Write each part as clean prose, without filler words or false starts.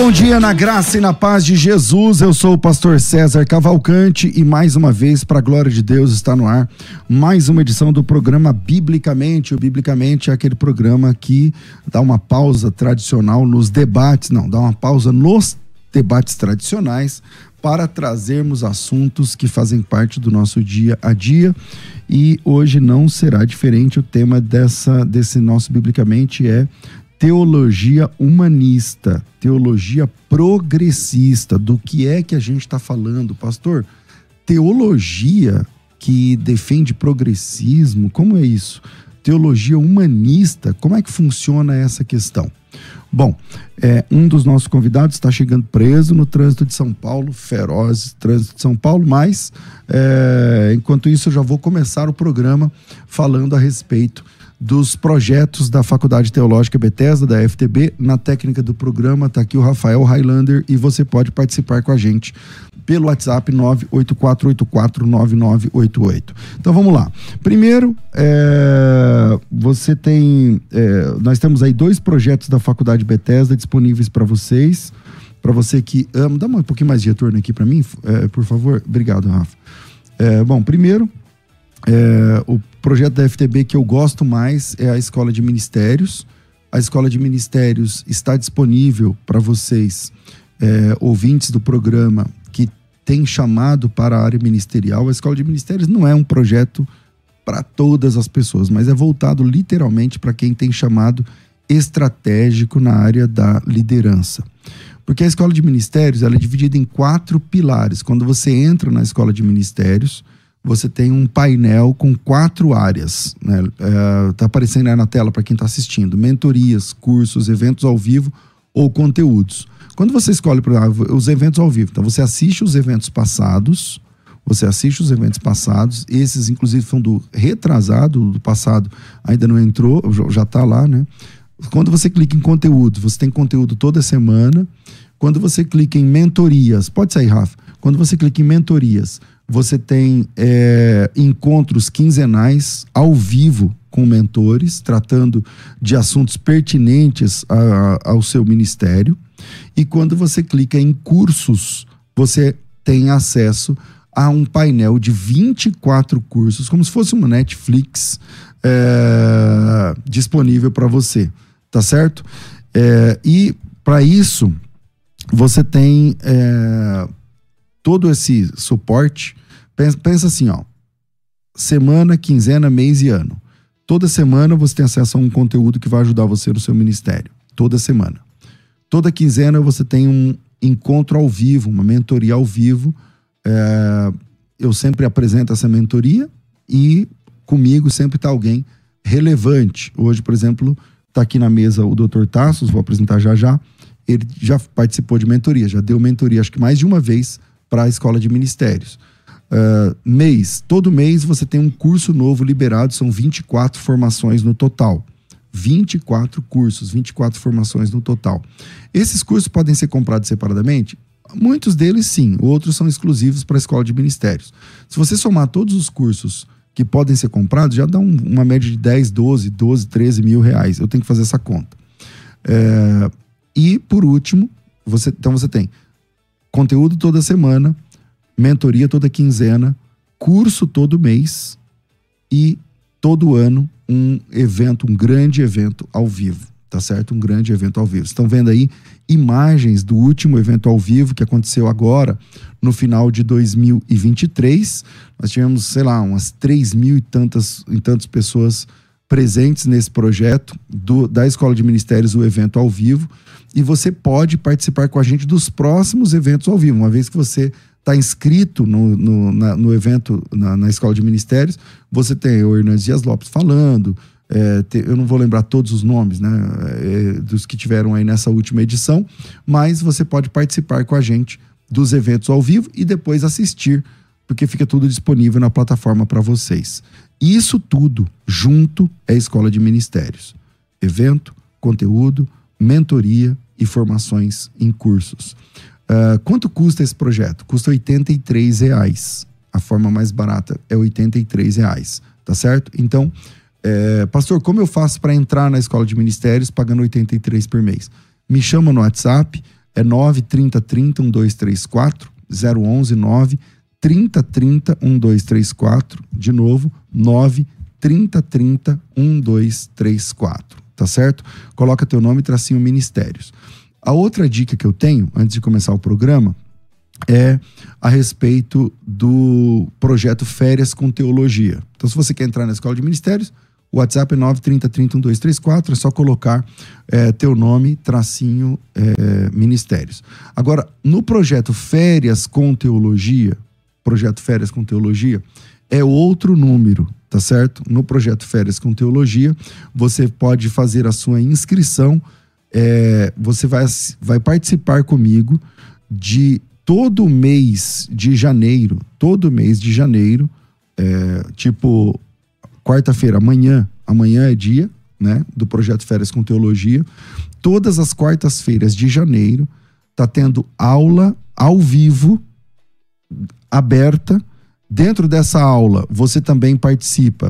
Bom dia na graça e na paz de Jesus, eu sou o pastor César Cavalcante e mais uma vez, para a glória de Deus, está no ar mais uma edição do programa Biblicamente. O Biblicamente é aquele programa que dá uma pausa tradicional nos debates, dá uma pausa nos debates tradicionais para trazermos assuntos que fazem parte do nosso dia a dia, e hoje não será diferente. O tema desse nosso Biblicamente é teologia humanista, teologia progressista. Do que é que a gente está falando, pastor? Teologia que defende progressismo, como é isso? Teologia humanista, como é que funciona essa questão? Bom, um dos nossos convidados está chegando preso no trânsito de São Paulo, feroz trânsito de São Paulo, mas enquanto isso eu já vou começar o programa falando a respeito dos projetos da Faculdade Teológica Bethesda, da FTB. Na técnica do programa está aqui o Rafael Highlander e você pode participar com a gente pelo WhatsApp 984849988. Então vamos lá. Primeiro, nós temos aí 2 projetos da Faculdade Bethesda disponíveis para vocês. Para você que ama, dá um pouquinho mais de retorno aqui para mim, por favor. Obrigado, Rafa. Bom, primeiro, o projeto da FTB que eu gosto mais é a Escola de Ministérios. A Escola de Ministérios está disponível para vocês, ouvintes do programa, que tem chamado para a área ministerial. A Escola de Ministérios não é um projeto para todas as pessoas, mas é voltado literalmente para quem tem chamado estratégico na área da liderança. Porque a Escola de Ministérios ela é dividida em 4 pilares. Quando você entra na Escola de Ministérios, você tem um painel com 4 áreas, né? Tá aparecendo aí na tela para quem está assistindo: mentorias, cursos, eventos ao vivo ou conteúdos. Quando você escolhe os eventos ao vivo, então você assiste os eventos passados, esses inclusive são do retrasado, do passado ainda não entrou, já está lá, né? Quando você clica em conteúdo, você tem conteúdo toda semana. Quando você clica em mentorias, pode sair, Rafa. Quando você clica em mentorias, você tem encontros quinzenais ao vivo com mentores, tratando de assuntos pertinentes ao seu ministério. E quando você clica em cursos, você tem acesso a um painel de 24 cursos, como se fosse uma Netflix disponível para você, tá certo? E para isso, você tem todo esse suporte. Pensa assim, semana, quinzena, mês e ano. Toda semana você tem acesso a um conteúdo que vai ajudar você no seu ministério. Toda semana. Toda quinzena você tem um encontro ao vivo, uma mentoria ao vivo. Eu sempre apresento essa mentoria e comigo sempre está alguém relevante. Hoje, por exemplo, está aqui na mesa o Dr. Tassos, vou apresentar já. Ele já participou de mentoria, já deu mentoria acho que mais de uma vez para a Escola de Ministérios. Todo mês você tem um curso novo liberado, são 24 formações no total. 24 cursos, 24 formações no total. Esses cursos podem ser comprados separadamente? Muitos deles sim, outros são exclusivos para a Escola de Ministérios. Se você somar todos os cursos que podem ser comprados, já dá uma média de 10, 12, 13 mil reais. Eu tenho que fazer essa conta. E, por último, você tem conteúdo toda semana, mentoria toda quinzena, curso todo mês e todo ano um grande evento ao vivo, tá certo? Um grande evento ao vivo. Vocês estão vendo aí imagens do último evento ao vivo que aconteceu agora, no final de 2023. Nós tivemos, umas 3.000 e tantas pessoas presentes nesse projeto da Escola de Ministérios, o evento ao vivo. E você pode participar com a gente dos próximos eventos ao vivo. Uma vez que você está inscrito no evento, na Escola de Ministérios, você tem o Hernandes Dias Lopes falando, eu não vou lembrar todos os nomes, né, dos que tiveram aí nessa última edição, mas você pode participar com a gente dos eventos ao vivo e depois assistir, porque fica tudo disponível na plataforma para vocês. Isso tudo junto é a Escola de Ministérios. Evento, conteúdo, mentoria e formações em cursos. Quanto custa esse projeto? Custa R$83. A forma mais barata é R$83, tá certo? Então, pastor, como eu faço para entrar na Escola de Ministérios pagando R$83 por mês? Me chama no WhatsApp, é 93030-1234, 011-93030-1234, de novo, 93030-1234, tá certo? Coloca teu nome e tracinho Ministérios. A outra dica que eu tenho, antes de começar o programa, é a respeito do projeto Férias com Teologia. Então, se você quer entrar na Escola de Ministérios, o WhatsApp é 93030-1234, é só colocar teu nome, tracinho, Ministérios. Agora, no projeto Férias com Teologia, é outro número, tá certo? No projeto Férias com Teologia, você pode fazer a sua inscrição, você vai participar comigo de todo mês de janeiro, tipo quarta-feira, amanhã é dia, né, do projeto Férias com Teologia. Todas as quartas-feiras de janeiro tá tendo aula ao vivo, aberta. Dentro dessa aula, você também participa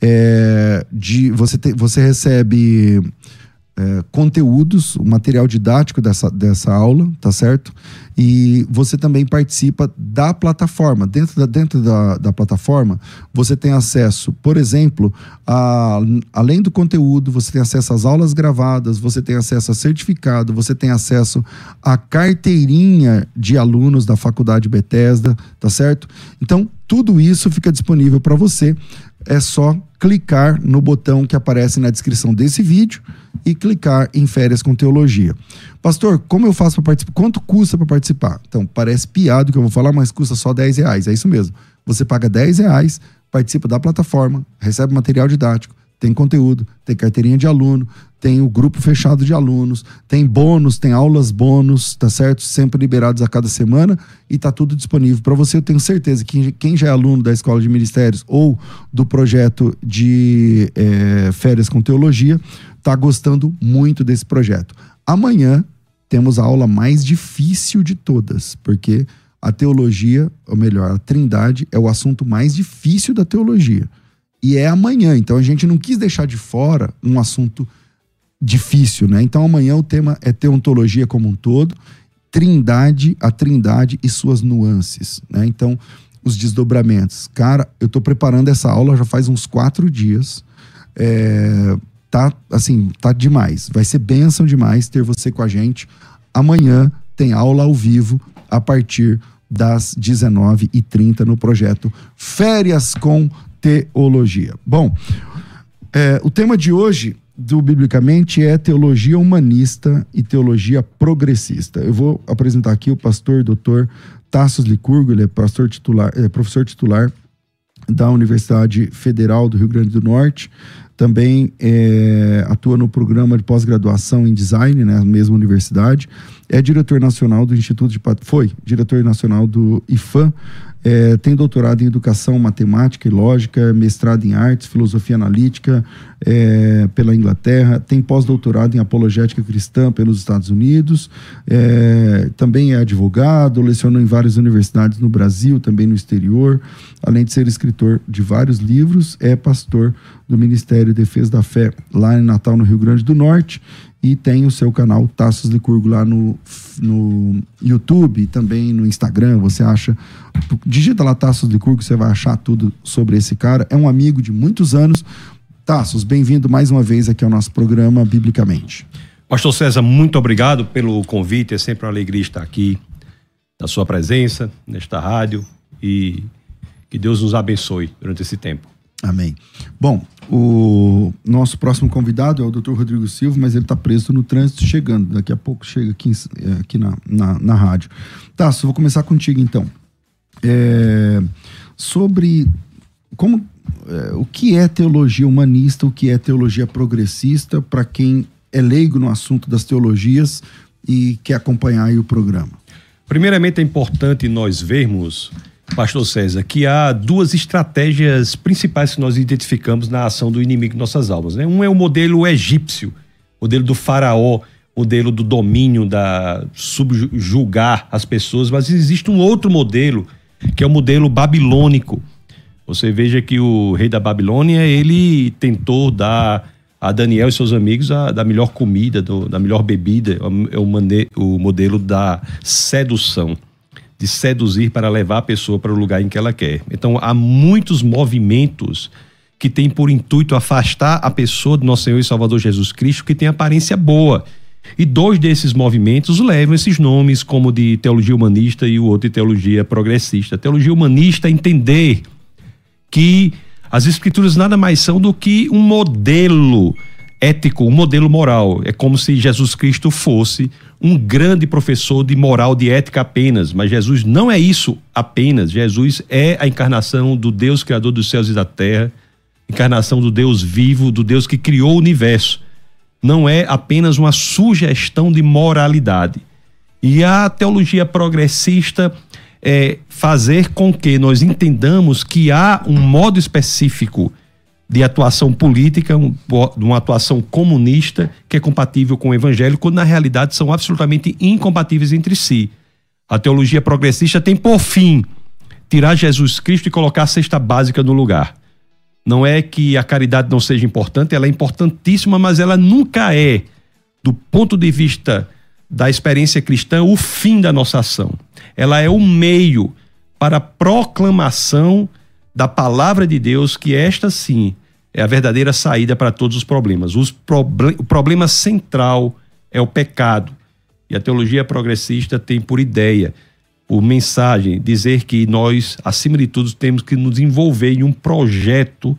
você recebe conteúdos, o material didático dessa aula, tá certo? E você também participa da plataforma. Dentro da plataforma, você tem acesso, por exemplo, além do conteúdo, você tem acesso às aulas gravadas, você tem acesso a certificado, você tem acesso à carteirinha de alunos da Faculdade Bethesda, tá certo? Então, tudo isso fica disponível para você. É só clicar no botão que aparece na descrição desse vídeo e clicar em Férias com Teologia. Pastor, como eu faço para participar? Quanto custa para participar? Então, parece piada o que eu vou falar, mas custa só R$10. É isso mesmo. Você paga R$10, participa da plataforma, recebe material didático, tem conteúdo, tem carteirinha de aluno, tem o grupo fechado de alunos, tem bônus, tem aulas bônus, tá certo? Sempre liberados a cada semana e tá tudo disponível para você. Eu tenho certeza que quem já é aluno da Escola de Ministérios ou do projeto de Férias com Teologia tá gostando muito desse projeto. Amanhã temos a aula mais difícil de todas, porque a teologia, ou melhor, a Trindade é o assunto mais difícil da teologia. E é amanhã, então a gente não quis deixar de fora um assunto difícil, né? Então amanhã o tema é teontologia como um todo, a Trindade e suas nuances, né? Então, os desdobramentos. Cara, eu tô preparando essa aula já faz uns 4 dias, tá demais, vai ser bênção demais ter você com a gente. Amanhã tem aula ao vivo a partir das 19h30 no projeto Férias com Teologia. Bom, o tema de hoje do Biblicamente é teologia humanista e teologia progressista. Eu vou apresentar aqui o pastor Dr. Tassos Licurgo, ele é professor titular da Universidade Federal do Rio Grande do Norte, também atua no programa de pós-graduação em design, né, na mesma universidade, é diretor nacional do Instituto foi diretor nacional do IFAM, tem doutorado em educação, matemática e lógica, mestrado em artes, filosofia analítica pela Inglaterra, tem pós-doutorado em apologética cristã pelos Estados Unidos, também é advogado, lecionou em várias universidades no Brasil, também no exterior, além de ser escritor de vários livros, é pastor do Ministério Defesa da Fé lá em Natal, no Rio Grande do Norte, e tem o seu canal Tassos Licurgo lá no YouTube, também no Instagram, você acha, digita lá Tassos Licurgo, você vai achar tudo sobre esse cara, é um amigo de muitos anos. Tassos, bem-vindo mais uma vez aqui ao nosso programa Biblicamente. Pastor César, muito obrigado pelo convite, é sempre uma alegria estar aqui, na sua presença, nesta rádio, e que Deus nos abençoe durante esse tempo. Amém. Bom, o nosso próximo convidado é o Dr. Rodrigo Silva, mas ele está preso no trânsito, chegando. Daqui a pouco chega aqui na rádio. Tá, vou começar contigo então. Sobre o que é teologia humanista, o que é teologia progressista, para quem é leigo no assunto das teologias e quer acompanhar aí o programa. Primeiramente é importante nós vermos, Pastor César, que há 2 estratégias principais que nós identificamos na ação do inimigo de nossas almas, né? Um é o modelo egípcio, modelo do faraó, modelo do domínio, da subjugar as pessoas, mas existe um outro modelo, que é o modelo babilônico. Você veja que o rei da Babilônia, ele tentou dar a Daniel e seus amigos da melhor comida, da melhor bebida, é o modelo da sedução, de seduzir para levar a pessoa para o lugar em que ela quer. Então, há muitos movimentos que têm por intuito afastar a pessoa do nosso Senhor e Salvador Jesus Cristo, que tem aparência boa. E 2 desses movimentos levam esses nomes, como de teologia humanista e o outro de teologia progressista. A teologia humanista é entender que as escrituras nada mais são do que um modelo ético, um modelo moral. É como se Jesus Cristo fosse um grande professor de moral, de ética apenas, mas Jesus não é isso apenas. Jesus é a encarnação do Deus criador dos céus e da terra, encarnação do Deus vivo, do Deus que criou o universo. Não é apenas uma sugestão de moralidade. E a teologia progressista é fazer com que nós entendamos que há um modo específico de atuação política, uma atuação comunista que é compatível com o evangelho, quando na realidade são absolutamente incompatíveis entre si. A teologia progressista tem por fim tirar Jesus Cristo e colocar a cesta básica no lugar. Não é que a caridade não seja importante, ela é importantíssima, mas ela nunca é, do ponto de vista da experiência cristã, o fim da nossa ação. Ela é o meio para a proclamação da palavra de Deus, que esta sim é a verdadeira saída para todos os problemas. O problema central é o pecado. E a teologia progressista tem por ideia, por mensagem, dizer que nós, acima de tudo, temos que nos envolver em um projeto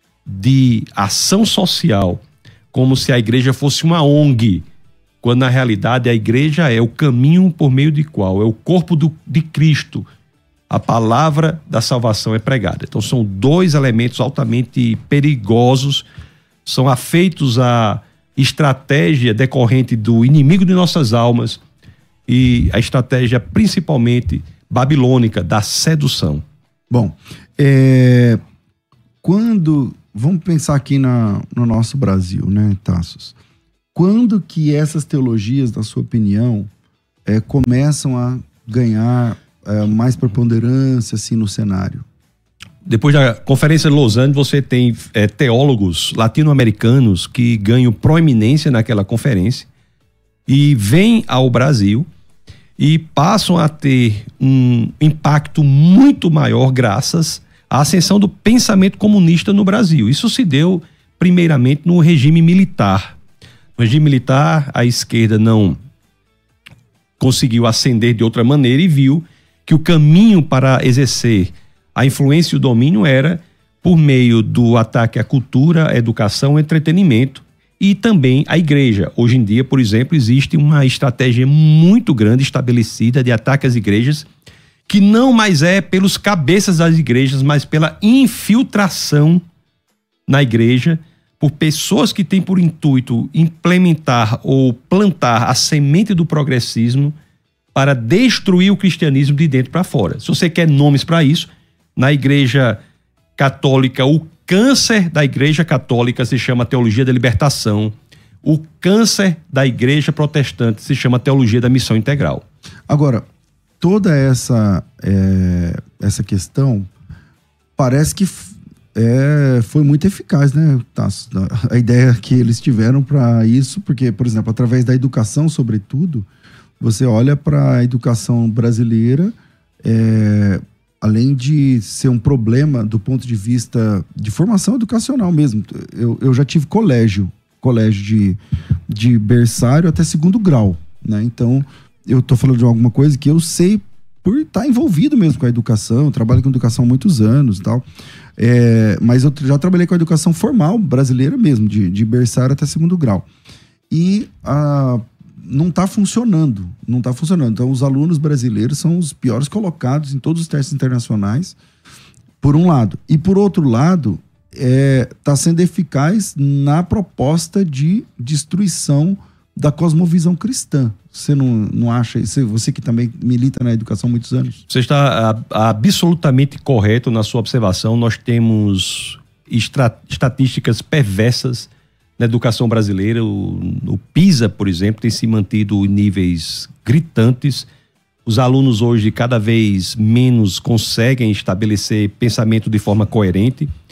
de ação social, como se a igreja fosse uma ONG, quando na realidade a igreja é o caminho por meio de qual é o corpo de Cristo. A palavra da salvação é pregada. Então são 2 elementos altamente perigosos, são afeitos à estratégia decorrente do inimigo de nossas almas e a estratégia principalmente babilônica da sedução. Bom, vamos pensar aqui no nosso Brasil, né, Tassos? Quando que essas teologias, na sua opinião, começam a ganhar mais preponderância assim, no cenário? Depois da Conferência de Lausanne, você tem teólogos latino-americanos que ganham proeminência naquela conferência e vêm ao Brasil e passam a ter um impacto muito maior graças à ascensão do pensamento comunista no Brasil. Isso se deu primeiramente no regime militar. No regime militar, a esquerda não conseguiu ascender de outra maneira e viu que o caminho para exercer a influência e o domínio era por meio do ataque à cultura, à educação, ao entretenimento e também à igreja. Hoje em dia, por exemplo, existe uma estratégia muito grande estabelecida de ataque às igrejas, que não mais é pelos cabeças das igrejas, mas pela infiltração na igreja, por pessoas que têm por intuito implementar ou plantar a semente do progressismo para destruir o cristianismo de dentro para fora. Se você quer nomes para isso, na igreja católica, o câncer da igreja católica se chama teologia da libertação. O câncer da igreja protestante se chama teologia da missão integral. Agora, toda essa questão parece que foi muito eficaz, né, Tasso? A ideia que eles tiveram para isso, porque, por exemplo, através da educação, sobretudo, você olha para a educação brasileira, além de ser um problema do ponto de vista de formação educacional mesmo. Eu já tive colégio de berçário até 2º grau, né? Então, eu estou falando de alguma coisa que eu sei por estar envolvido mesmo com a educação, eu trabalho com educação há muitos anos e tal. Mas eu já trabalhei com a educação formal brasileira mesmo, de berçário até 2º grau. E não está funcionando. Então, os alunos brasileiros são os piores colocados em todos os testes internacionais, por um lado. E, por outro lado, está sendo eficaz na proposta de destruição da cosmovisão cristã. Você não acha isso? Você que também milita na educação há muitos anos? Você está absolutamente correto na sua observação. Nós temos estatísticas perversas na educação brasileira. O PISA, por exemplo, tem se mantido em níveis gritantes. Os alunos hoje cada vez menos conseguem estabelecer pensamento de forma coerente.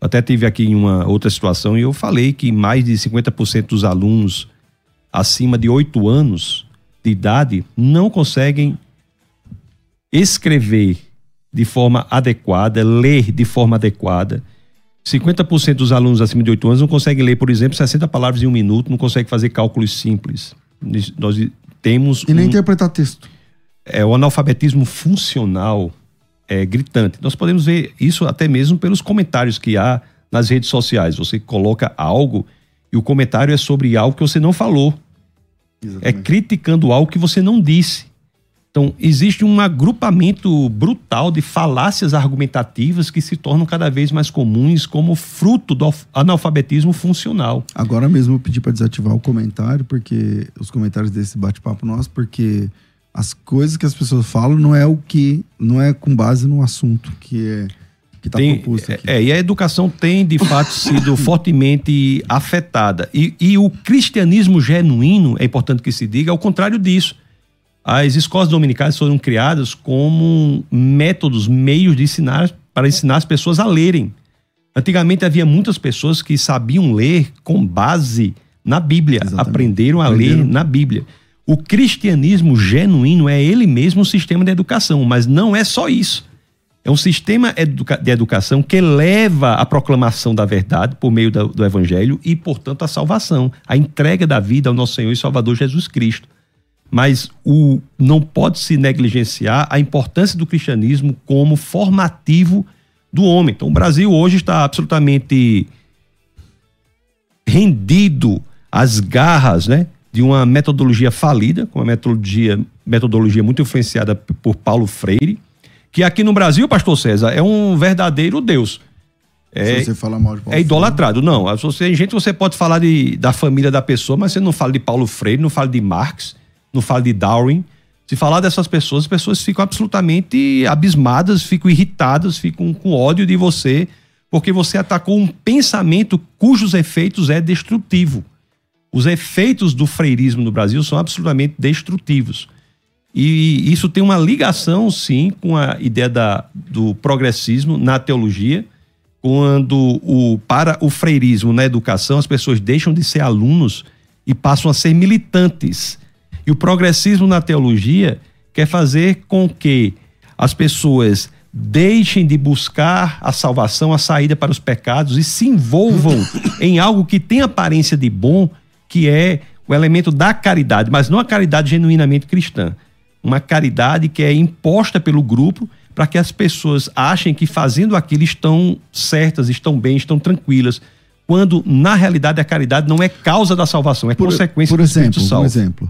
Até tive aqui em uma outra situação e eu falei que mais de 50% dos alunos acima de 8 anos de idade não conseguem escrever de forma adequada, ler de forma adequada. 50% dos alunos acima de 8 anos não conseguem ler, por exemplo, 60 palavras em 1 minuto, não conseguem fazer cálculos simples. Nós temos nem interpretar texto. O analfabetismo funcional é gritante. Nós podemos ver isso até mesmo pelos comentários que há nas redes sociais. Você coloca algo e o comentário é sobre algo que você não falou. Exatamente. É criticando algo que você não disse. Então, existe um agrupamento brutal de falácias argumentativas que se tornam cada vez mais comuns como fruto do analfabetismo funcional. Agora mesmo eu pedi para desativar o comentário, porque os comentários desse bate-papo nosso, porque as coisas que as pessoas falam não é com base no assunto que está proposto aqui. E a educação tem, de fato, sido fortemente afetada. E o cristianismo genuíno, é importante que se diga, é o contrário disso. As escolas dominicais foram criadas como métodos, meios de ensinar, para ensinar as pessoas a lerem. Antigamente havia muitas pessoas que sabiam ler com base na Bíblia. Exatamente. Aprenderam a ler na Bíblia. O cristianismo genuíno é ele mesmo um sistema de educação, mas não é só isso. É um sistema de educação que leva a proclamação da verdade por meio do Evangelho e, portanto, a salvação, a entrega da vida ao nosso Senhor e Salvador Jesus Cristo. Mas não pode se negligenciar a importância do cristianismo como formativo do homem. Então, o Brasil hoje está absolutamente rendido às garras, né, de uma metodologia falida, com uma metodologia muito influenciada por Paulo Freire, que aqui no Brasil, pastor César, é um verdadeiro Deus. Se você fala mal de Paulo Freire, idolatrado. Não, você pode falar da família da pessoa, mas você não fala de Paulo Freire, não fala de Marx, não fala de Darwin. Se falar dessas pessoas, as pessoas ficam absolutamente abismadas, ficam irritadas, ficam com ódio de você, porque você atacou um pensamento cujos efeitos é destrutivo. Os efeitos do freirismo no Brasil são absolutamente destrutivos. E isso tem uma ligação, sim, com a ideia do progressismo na teologia, quando para o freirismo na educação, as pessoas deixam de ser alunos e passam a ser militantes. E o progressismo na teologia quer fazer com que as pessoas deixem de buscar a salvação, a saída para os pecados e se envolvam em algo que tem aparência de bom, que é o elemento da caridade, mas não a caridade genuinamente cristã. Uma caridade que é imposta pelo grupo para que as pessoas achem que fazendo aquilo estão certas, estão bem, estão tranquilas, quando na realidade a caridade não é causa da salvação, é consequência do Espírito Santo. Por exemplo,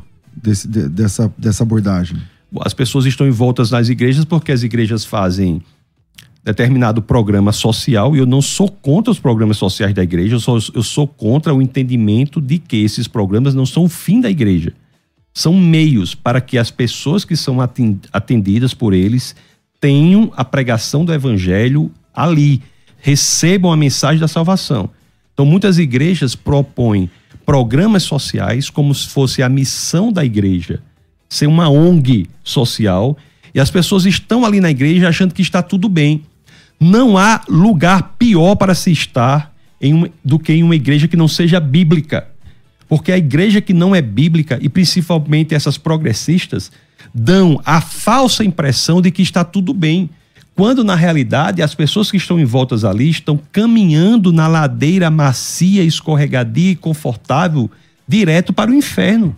dessa abordagem. As pessoas estão envoltas nas igrejas porque as igrejas fazem determinado programa social, e eu não sou contra os programas sociais da igreja, eu sou contra o entendimento de que esses programas não são o fim da igreja. São meios para que as pessoas que são atendidas por eles tenham a pregação do evangelho ali, recebam a mensagem da salvação. Então, muitas igrejas propõem programas sociais como se fosse a missão da igreja, ser uma ONG social, e as pessoas estão ali na igreja achando que está tudo bem. Não há lugar pior para se estar do que em uma igreja que não seja bíblica. Porque a igreja que não é bíblica, e principalmente essas progressistas, dão a falsa impressão de que está tudo bem, quando na realidade as pessoas que estão envoltas ali estão caminhando na ladeira macia, escorregadia e confortável, direto para o inferno.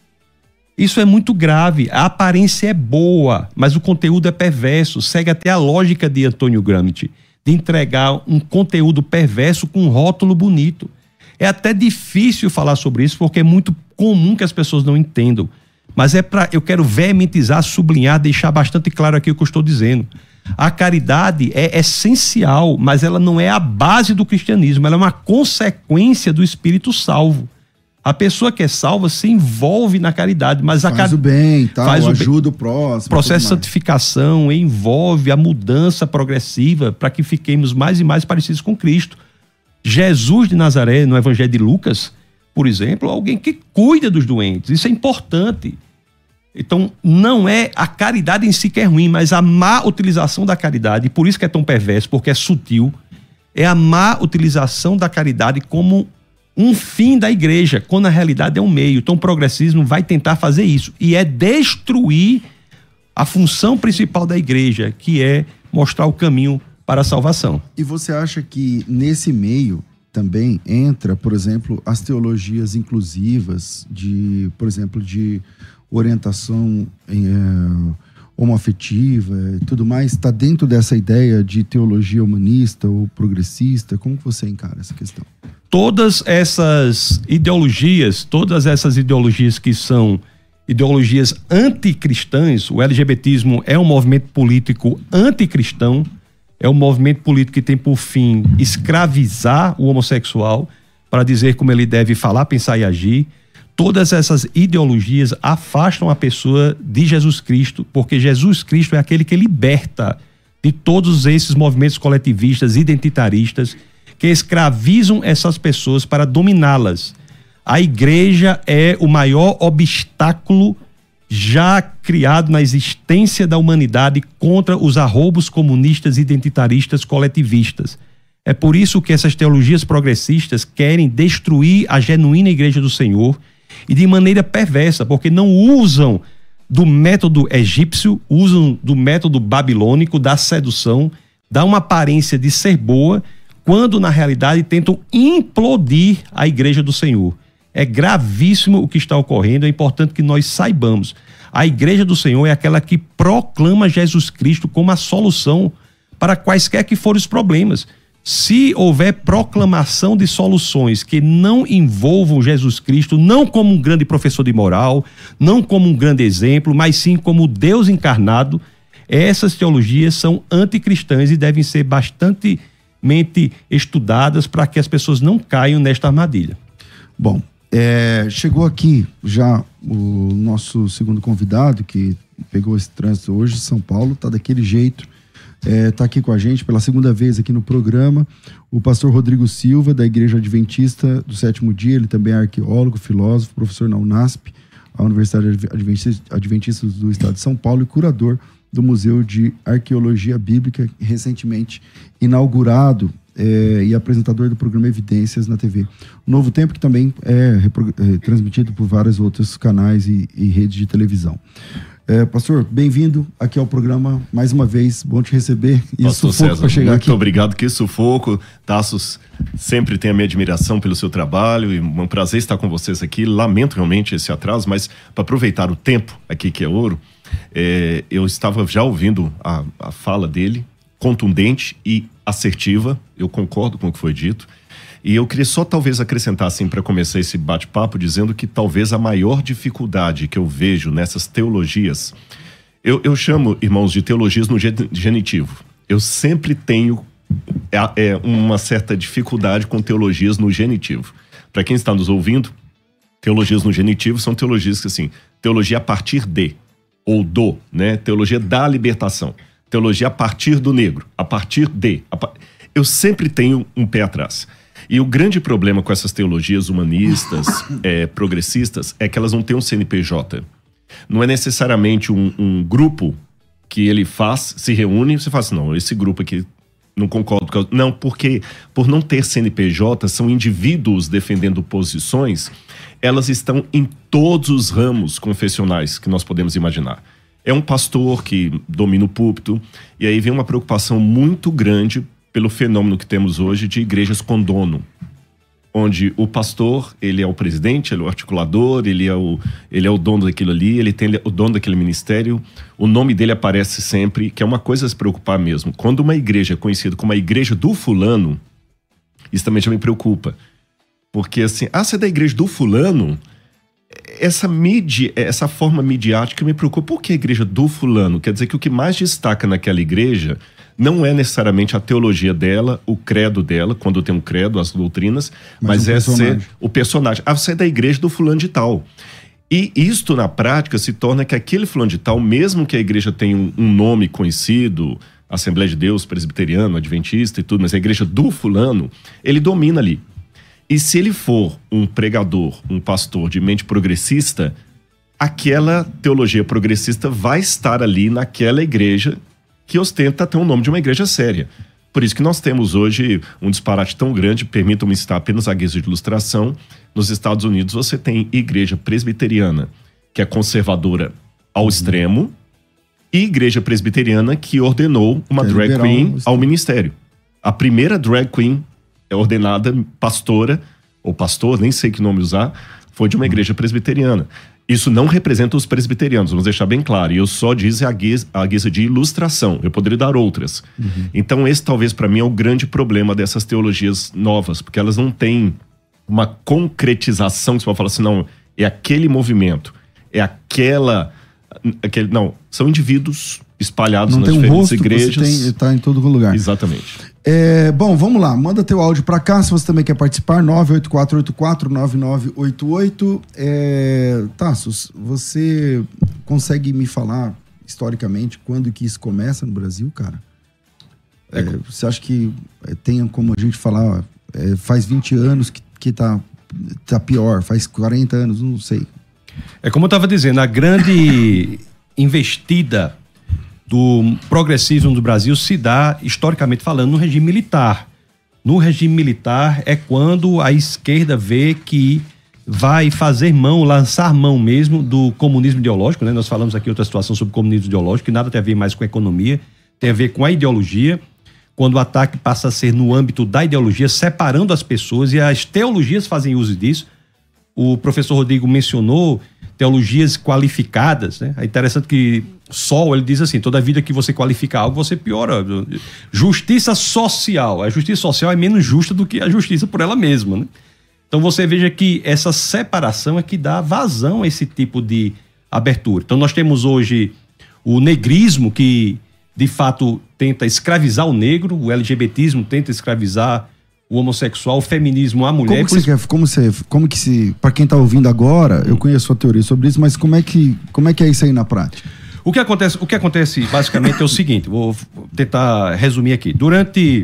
Isso é muito grave. A aparência é boa, mas o conteúdo é perverso. Segue até a lógica de Antônio Gramsci, de entregar um conteúdo perverso com um rótulo bonito. É até difícil falar sobre isso, porque é muito comum que as pessoas não entendam. Mas eu quero veementizar, sublinhar, deixar bastante claro aqui o que eu estou dizendo. A caridade é essencial, mas ela não é a base do cristianismo, ela é uma consequência do espírito salvo. A pessoa que é salva se envolve na caridade, mas faz o bem, tá? Ajuda o próximo. O processo de santificação envolve a mudança progressiva para que fiquemos mais e mais parecidos com Cristo. Jesus de Nazaré, no Evangelho de Lucas, por exemplo, alguém que cuida dos doentes. Isso é importante. Então, não é a caridade em si que é ruim, mas a má utilização da caridade, e por isso que é tão perverso, porque é sutil, é a má utilização da caridade como um fim da igreja, quando na realidade é um meio. Então o progressismo vai tentar fazer isso, e é destruir a função principal da igreja, que é mostrar o caminho para a salvação. E você acha que nesse meio também entra, por exemplo, as teologias inclusivas, por exemplo, de orientação homoafetiva e tudo mais? Está dentro dessa ideia de teologia humanista ou progressista? Como que você encara essa questão? Todas essas ideologias que são ideologias anticristãs, o LGBTismo é um movimento político anticristão, é um movimento político que tem por fim escravizar o homossexual para dizer como ele deve falar, pensar e agir. Todas essas ideologias afastam a pessoa de Jesus Cristo, porque Jesus Cristo é aquele que liberta de todos esses movimentos coletivistas, identitaristas, que escravizam essas pessoas para dominá-las. A igreja é o maior obstáculo já criado na existência da humanidade contra os arroubos comunistas, identitaristas, coletivistas. É por isso que essas teologias progressistas querem destruir a genuína igreja do Senhor, e de maneira perversa, porque não usam do método egípcio, usam do método babilônico, da sedução, dá uma aparência de ser boa, quando na realidade tentam implodir a igreja do Senhor. É gravíssimo o que está ocorrendo, é importante que nós saibamos. A igreja do Senhor é aquela que proclama Jesus Cristo como a solução para quaisquer que forem os problemas. Se houver proclamação de soluções que não envolvam Jesus Cristo, não como um grande professor de moral, não como um grande exemplo, mas sim como Deus encarnado, essas teologias são anticristãs e devem ser bastante estudadas para que as pessoas não caiam nesta armadilha. Bom, chegou aqui já o nosso segundo convidado, que pegou esse trânsito hoje, São Paulo, tá daquele jeito, tá aqui com a gente pela segunda vez aqui no programa, o pastor Rodrigo Silva, da Igreja Adventista do Sétimo Dia. Ele também é arqueólogo, filósofo, professor na UNASP, a Universidade Adventista do Estado de São Paulo, e curador do Museu de Arqueologia Bíblica, recentemente inaugurado, e apresentador do programa Evidências na TV Novo Tempo, que também é transmitido por vários outros canais e redes de televisão. Pastor, bem-vindo aqui ao programa mais uma vez, bom te receber. E Pastor sufoco para chegar aqui. Muito obrigado, que sufoco. Tassos, sempre tem a minha admiração pelo seu trabalho, e um prazer estar com vocês aqui. Lamento realmente esse atraso, mas para aproveitar o tempo aqui, que é ouro, eu estava já ouvindo a fala dele, contundente e assertiva. Eu concordo com o que foi dito. E eu queria só talvez acrescentar assim para começar esse bate-papo, dizendo que talvez a maior dificuldade que eu vejo nessas teologias, eu chamo, irmãos, de teologias no genitivo. Eu sempre tenho uma certa dificuldade com teologias no genitivo. Para quem está nos ouvindo, teologias no genitivo são teologias que assim, teologia a partir de, ou do, né? Teologia da libertação. Teologia a partir do negro, a partir de. Eu sempre tenho um pé atrás. E o grande problema com essas teologias humanistas, progressistas, é que elas não têm um CNPJ. Não é necessariamente um grupo que ele se reúne, você fala assim, não, esse grupo aqui não concordo. Não, porque por não ter CNPJ, são indivíduos defendendo posições, elas estão em todos os ramos confessionais que nós podemos imaginar. É um pastor que domina o púlpito, e aí vem uma preocupação muito grande pelo fenômeno que temos hoje de igrejas com dono, onde o pastor, ele é o presidente, ele é o articulador, ele é o dono daquilo ali, ele tem o dono daquele ministério, o nome dele aparece sempre, que é uma coisa a se preocupar mesmo. Quando uma igreja é conhecida como a igreja do fulano, isso também já me preocupa, porque assim, você é da igreja do fulano, essa forma midiática me preocupa. Por que a igreja do fulano? Quer dizer que o que mais destaca naquela igreja não é necessariamente a teologia dela, o credo dela, quando tem um credo, as doutrinas, mas ser o personagem. Você é da igreja do fulano de tal. E isto, na prática, se torna que aquele fulano de tal, mesmo que a igreja tenha um nome conhecido, Assembleia de Deus, presbiteriano, adventista e tudo, mas a igreja do fulano, ele domina ali. E se ele for um pregador, um pastor de mente progressista, aquela teologia progressista vai estar ali naquela igreja que ostenta ter o nome de uma igreja séria. Por isso que nós temos hoje um disparate tão grande, permitam-me citar apenas a guisa de ilustração. Nos Estados Unidos você tem igreja presbiteriana, que é conservadora ao extremo, e igreja presbiteriana que ordenou uma drag queen ao ministério. A primeira drag queen ordenada ordenada ou pastor, nem sei que nome usar, foi de uma igreja presbiteriana. Isso não representa os presbiterianos, vamos deixar bem claro. E eu só disse a guisa de ilustração. Eu poderia dar outras. Então esse talvez para mim é o grande problema dessas teologias novas, porque elas não têm uma concretização que você pode falar assim, não, é aquele movimento, é não, são indivíduos espalhados nas diferentes igrejas. Está em todo lugar. Exatamente. Bom, vamos lá. Manda teu áudio para cá, se você também quer participar, 984849988. Tassos, você consegue me falar, historicamente, quando que isso começa no Brasil, cara? Você acha que tem como a gente falar, faz 20 anos que tá pior, faz 40 anos, não sei. É como eu estava dizendo, a grande investida do progressismo do Brasil se dá, historicamente falando, no regime militar. No regime militar é quando a esquerda vê que vai fazer lançar mão mesmo do comunismo ideológico, né? Nós falamos aqui outra situação sobre comunismo ideológico, que nada tem a ver mais com a economia, tem a ver com a ideologia, quando o ataque passa a ser no âmbito da ideologia, separando as pessoas, e as teologias fazem uso disso. O professor Rodrigo mencionou teologias qualificadas, né? É interessante que ele diz assim, toda vida que você qualifica algo, você piora. Justiça social. A justiça social é menos justa do que a justiça por ela mesma, né? Então você veja que essa separação é que dá vazão a esse tipo de abertura. Então nós temos hoje o negrismo, que de fato tenta escravizar o negro, o LGBTismo tenta escravizar o homossexual, o feminismo, a mulher. Como que se, para quem tá ouvindo agora, eu conheço a teoria sobre isso, mas como é que é isso aí na prática? O que acontece basicamente é o seguinte, vou tentar resumir aqui. Durante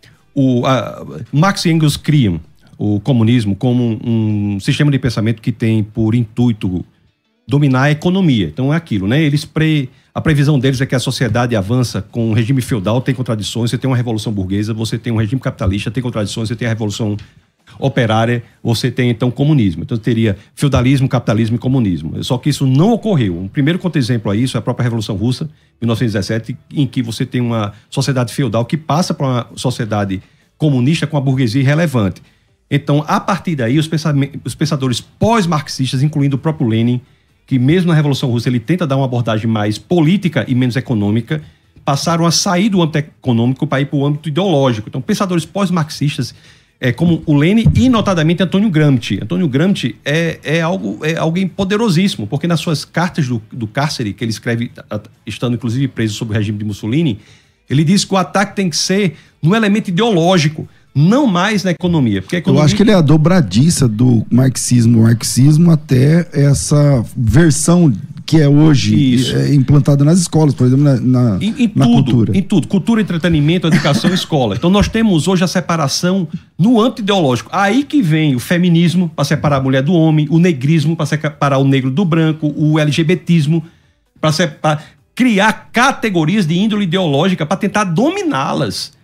Marx e Engels criam o comunismo como um sistema de pensamento que tem por intuito dominar a economia. Então é aquilo, né? A previsão deles é que a sociedade avança com um regime feudal, tem contradições, você tem uma revolução burguesa, você tem um regime capitalista, tem contradições, você tem a revolução operária, você tem então comunismo. Então teria feudalismo, capitalismo e comunismo. Só que isso não ocorreu. Um primeiro contra-exemplo a isso é a própria Revolução Russa, 1917, em que você tem uma sociedade feudal que passa para uma sociedade comunista com a burguesia irrelevante. Então, a partir daí, os pensadores pós-marxistas, incluindo o próprio Lenin, que mesmo na Revolução Russa ele tenta dar uma abordagem mais política e menos econômica, passaram a sair do âmbito econômico para ir para o âmbito ideológico. Então, pensadores pós-marxistas, como o Lenin e, notadamente, Antônio Gramsci. Antônio Gramsci é alguém poderosíssimo, porque nas suas cartas do cárcere, que ele escreve, estando inclusive preso sob o regime de Mussolini, ele diz que o ataque tem que ser no elemento ideológico, não mais na economia. Porque a economia... Eu acho que ele é a dobradiça do marxismo até essa versão que é hoje implantada nas escolas, por exemplo, na cultura. Em tudo. Cultura, entretenimento, educação, escola. Então nós temos hoje a separação no âmbito ideológico. Aí que vem o feminismo, para separar a mulher do homem, o negrismo, para separar o negro do branco, o LGBTismo, para criar categorias de índole ideológica para tentar dominá-las.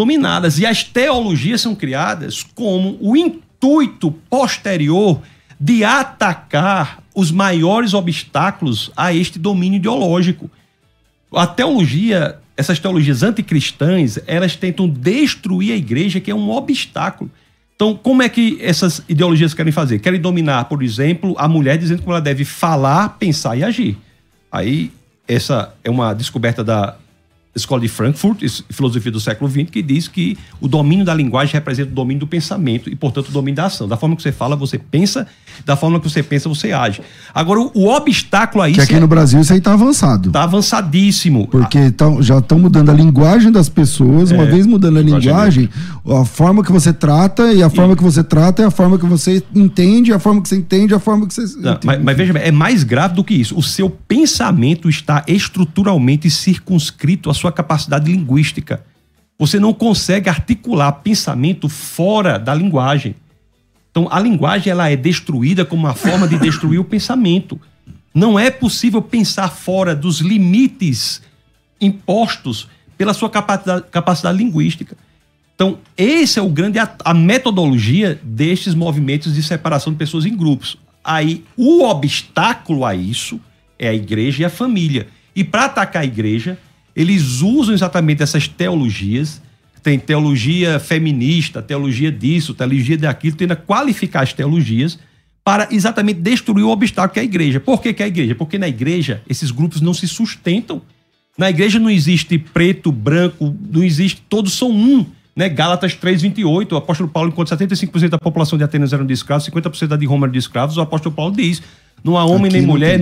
E as teologias são criadas como o intuito posterior de atacar os maiores obstáculos a este domínio ideológico. A teologia, essas teologias anticristãs, elas tentam destruir a igreja, que é um obstáculo. Então, como é que essas ideologias querem fazer? Querem dominar, por exemplo, a mulher, dizendo como ela deve falar, pensar e agir. Aí, essa é uma descoberta da Escola de Frankfurt, filosofia do século XX, que diz que o domínio da linguagem representa o domínio do pensamento e, portanto, o domínio da ação. Da forma que você fala, você pensa, da forma que você pensa, você age. Agora, o obstáculo a isso... Que aqui no Brasil isso aí tá avançado. Tá avançadíssimo. Porque já estão mudando a linguagem das pessoas, uma vez mudando a linguagem, a forma que você trata, e a forma que você trata é a forma que você entende, a forma que você entende, a forma que você... Mas veja bem, é mais grave do que isso. O seu pensamento está estruturalmente circunscrito à sua capacidade linguística. Você não consegue articular pensamento fora da linguagem. Então, a linguagem ela é destruída como uma forma de destruir o pensamento. Não é possível pensar fora dos limites impostos pela sua capacidade linguística. Então, esse é o grande... A metodologia destes movimentos de separação de pessoas em grupos. Aí, o obstáculo a isso é a igreja e a família. E para atacar a igreja, eles usam exatamente essas teologias. Tem teologia feminista, teologia disso, teologia daquilo, tenta qualificar as teologias para exatamente destruir o obstáculo que é a igreja. Por que é a igreja? Porque na igreja esses grupos não se sustentam. Na igreja não existe preto, branco, não existe, todos são um. Né? Gálatas 3:28, o apóstolo Paulo, enquanto 75% da população de Atenas eram de escravos, 50% da de Roma eram de escravos, o apóstolo Paulo diz, não há homem nem mulher,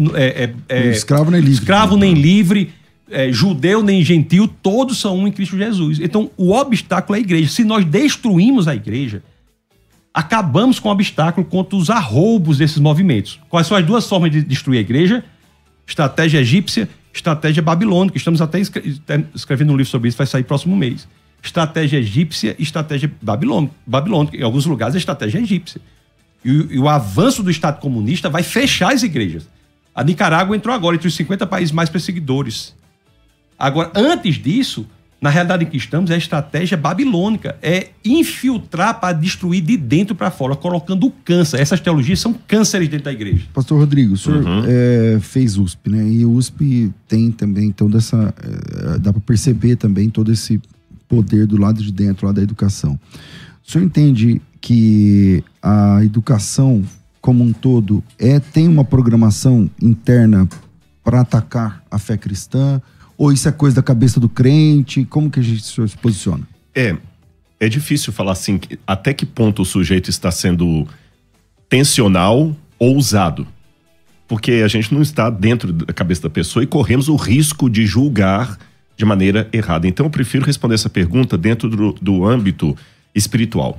escravo nem livre. Escravo nem livre, judeu nem gentil, todos são um em Cristo Jesus. Então, o obstáculo é a igreja. Se nós destruímos a igreja, acabamos com o obstáculo contra os arroubos desses movimentos. Quais são as duas formas de destruir a igreja? Estratégia egípcia, estratégia babilônica. Estamos até escrevendo um livro sobre isso, vai sair próximo mês. Estratégia egípcia e estratégia babilônica. Em alguns lugares, a estratégia é egípcia. E o avanço do Estado comunista vai fechar as igrejas. A Nicarágua entrou agora entre os 50 países mais perseguidores. Agora, antes disso, na realidade em que estamos, é a estratégia babilônica. É infiltrar para destruir de dentro para fora, colocando o câncer. Essas teologias são cânceres dentro da igreja. Pastor Rodrigo, o senhor fez USP, né? E o USP tem também toda essa... dá para perceber também todo esse poder do lado de dentro, lá da educação. O senhor entende que a educação como um todo tem uma programação interna para atacar a fé cristã? Ou isso é coisa da cabeça do crente? Como que o senhor se posiciona? É difícil falar assim, até que ponto o sujeito está sendo tensional ou usado. Porque a gente não está dentro da cabeça da pessoa e corremos o risco de julgar de maneira errada. Então eu prefiro responder essa pergunta dentro do âmbito espiritual.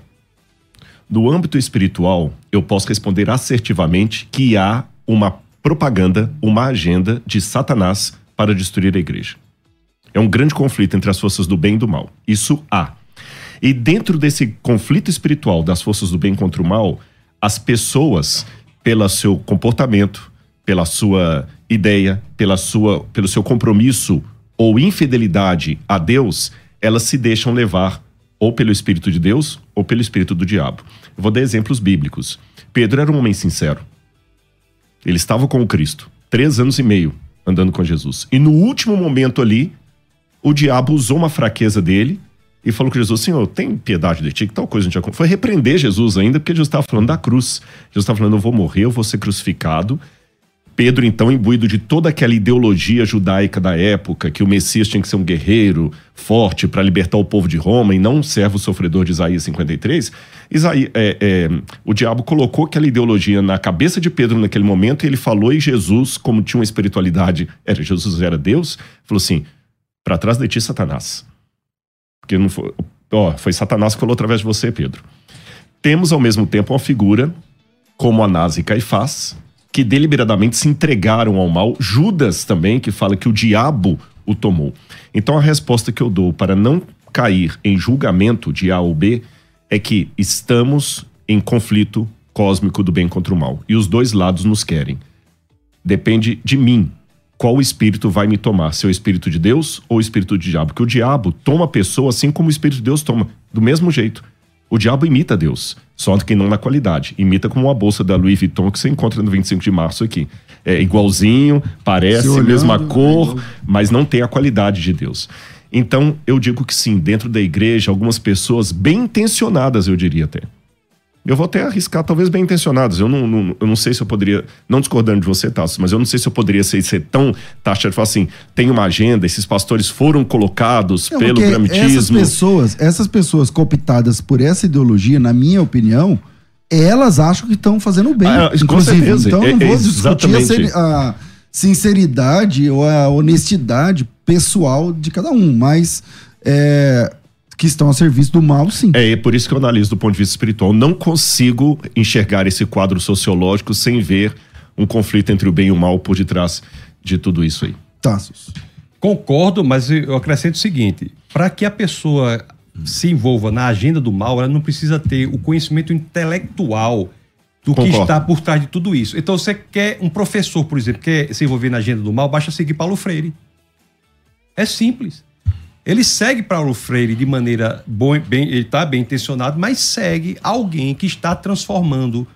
No âmbito espiritual, eu posso responder assertivamente que há uma propaganda, uma agenda de Satanás para destruir a igreja. É um grande conflito entre as forças do bem e do mal. Isso há. E dentro desse conflito espiritual das forças do bem contra o mal, as pessoas, pelo seu comportamento, pela sua ideia, pelo seu compromisso ou infidelidade a Deus, elas se deixam levar ou pelo Espírito de Deus ou pelo Espírito do diabo. Eu vou dar exemplos bíblicos. Pedro era um homem sincero. Ele estava com o Cristo, 3 anos e meio andando com Jesus. E no último momento ali, o diabo usou uma fraqueza dele e falou com Jesus: Senhor, tem piedade de ti, que tal coisa a gente já... Foi repreender Jesus ainda, porque Jesus estava falando da cruz. Jesus estava falando: eu vou morrer, eu vou ser crucificado. Pedro, então, imbuído de toda aquela ideologia judaica da época, que o Messias tinha que ser um guerreiro forte para libertar o povo de Roma e não um servo sofredor de Isaías 53, o diabo colocou aquela ideologia na cabeça de Pedro naquele momento e ele falou, e Jesus, como tinha uma espiritualidade, Jesus era Deus, falou assim: para trás de ti, Satanás. Porque não foi Satanás que falou através de você, Pedro. Temos, ao mesmo tempo, uma figura como Anás e Caifás, que deliberadamente se entregaram ao mal. Judas também, que fala que o diabo o tomou. Então a resposta que eu dou para não cair em julgamento de A ou B é que estamos em conflito cósmico do bem contra o mal. E os dois lados nos querem. Depende de mim qual espírito vai me tomar, se é o espírito de Deus ou o espírito do diabo. Porque o diabo toma a pessoa assim como o espírito de Deus toma, do mesmo jeito. O diabo imita Deus, só que não na qualidade. Imita como uma bolsa da Louis Vuitton que você encontra no 25 de março aqui. É igualzinho, parece, olhando, mesma cor, mas não tem a qualidade de Deus. Então, eu digo que sim, dentro da igreja, algumas pessoas bem intencionadas, eu diria até. Eu vou até arriscar, talvez bem intencionadas. Eu não sei se eu poderia, não discordando de você, Tasso, mas eu não sei se eu poderia ser tão taxado de falar assim, tem uma agenda, esses pastores foram colocados pelo gramitismo. Essas pessoas cooptadas por essa ideologia, na minha opinião, elas acham que estão fazendo bem. Com certeza. Então eu não vou discutir a sinceridade ou a honestidade pessoal de cada um, mas... que estão a serviço do mal, sim. É por isso que eu analiso do ponto de vista espiritual. Não consigo enxergar esse quadro sociológico sem ver um conflito entre o bem e o mal por detrás de tudo isso aí. Tassos. Concordo, mas eu acrescento o seguinte: para que a pessoa se envolva na agenda do mal, ela não precisa ter o conhecimento intelectual do que está por trás de tudo isso. Então, você quer um professor, por exemplo, quer se envolver na agenda do mal, basta seguir Paulo Freire. É simples. Ele segue Paulo Freire de maneira ele está bem intencionado, mas segue alguém que está transformando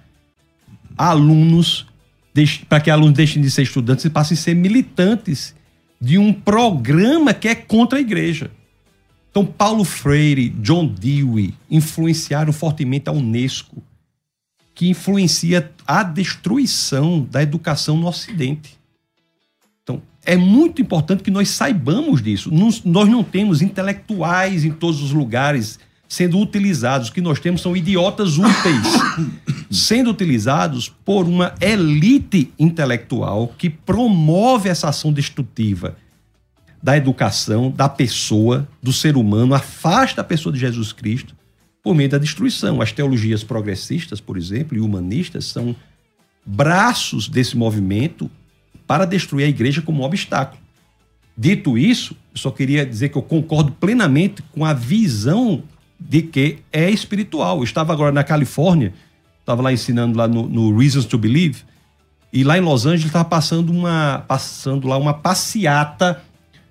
alunos, para que alunos deixem de ser estudantes e passem a ser militantes de um programa que é contra a igreja. Então, Paulo Freire, John Dewey influenciaram fortemente a UNESCO, que influencia a destruição da educação no Ocidente. Então, é muito importante que nós saibamos disso. Nós não temos intelectuais em todos os lugares sendo utilizados. O que nós temos são idiotas úteis sendo utilizados por uma elite intelectual que promove essa ação destrutiva da educação, da pessoa, do ser humano, afasta a pessoa de Jesus Cristo por meio da destruição. As teologias progressistas, por exemplo, e humanistas são braços desse movimento para destruir a igreja como um obstáculo. Dito isso, eu só queria dizer que eu concordo plenamente com a visão de que é espiritual. Eu estava agora na Califórnia, estava lá ensinando lá no Reasons to Believe, e lá em Los Angeles estava passando lá uma passeata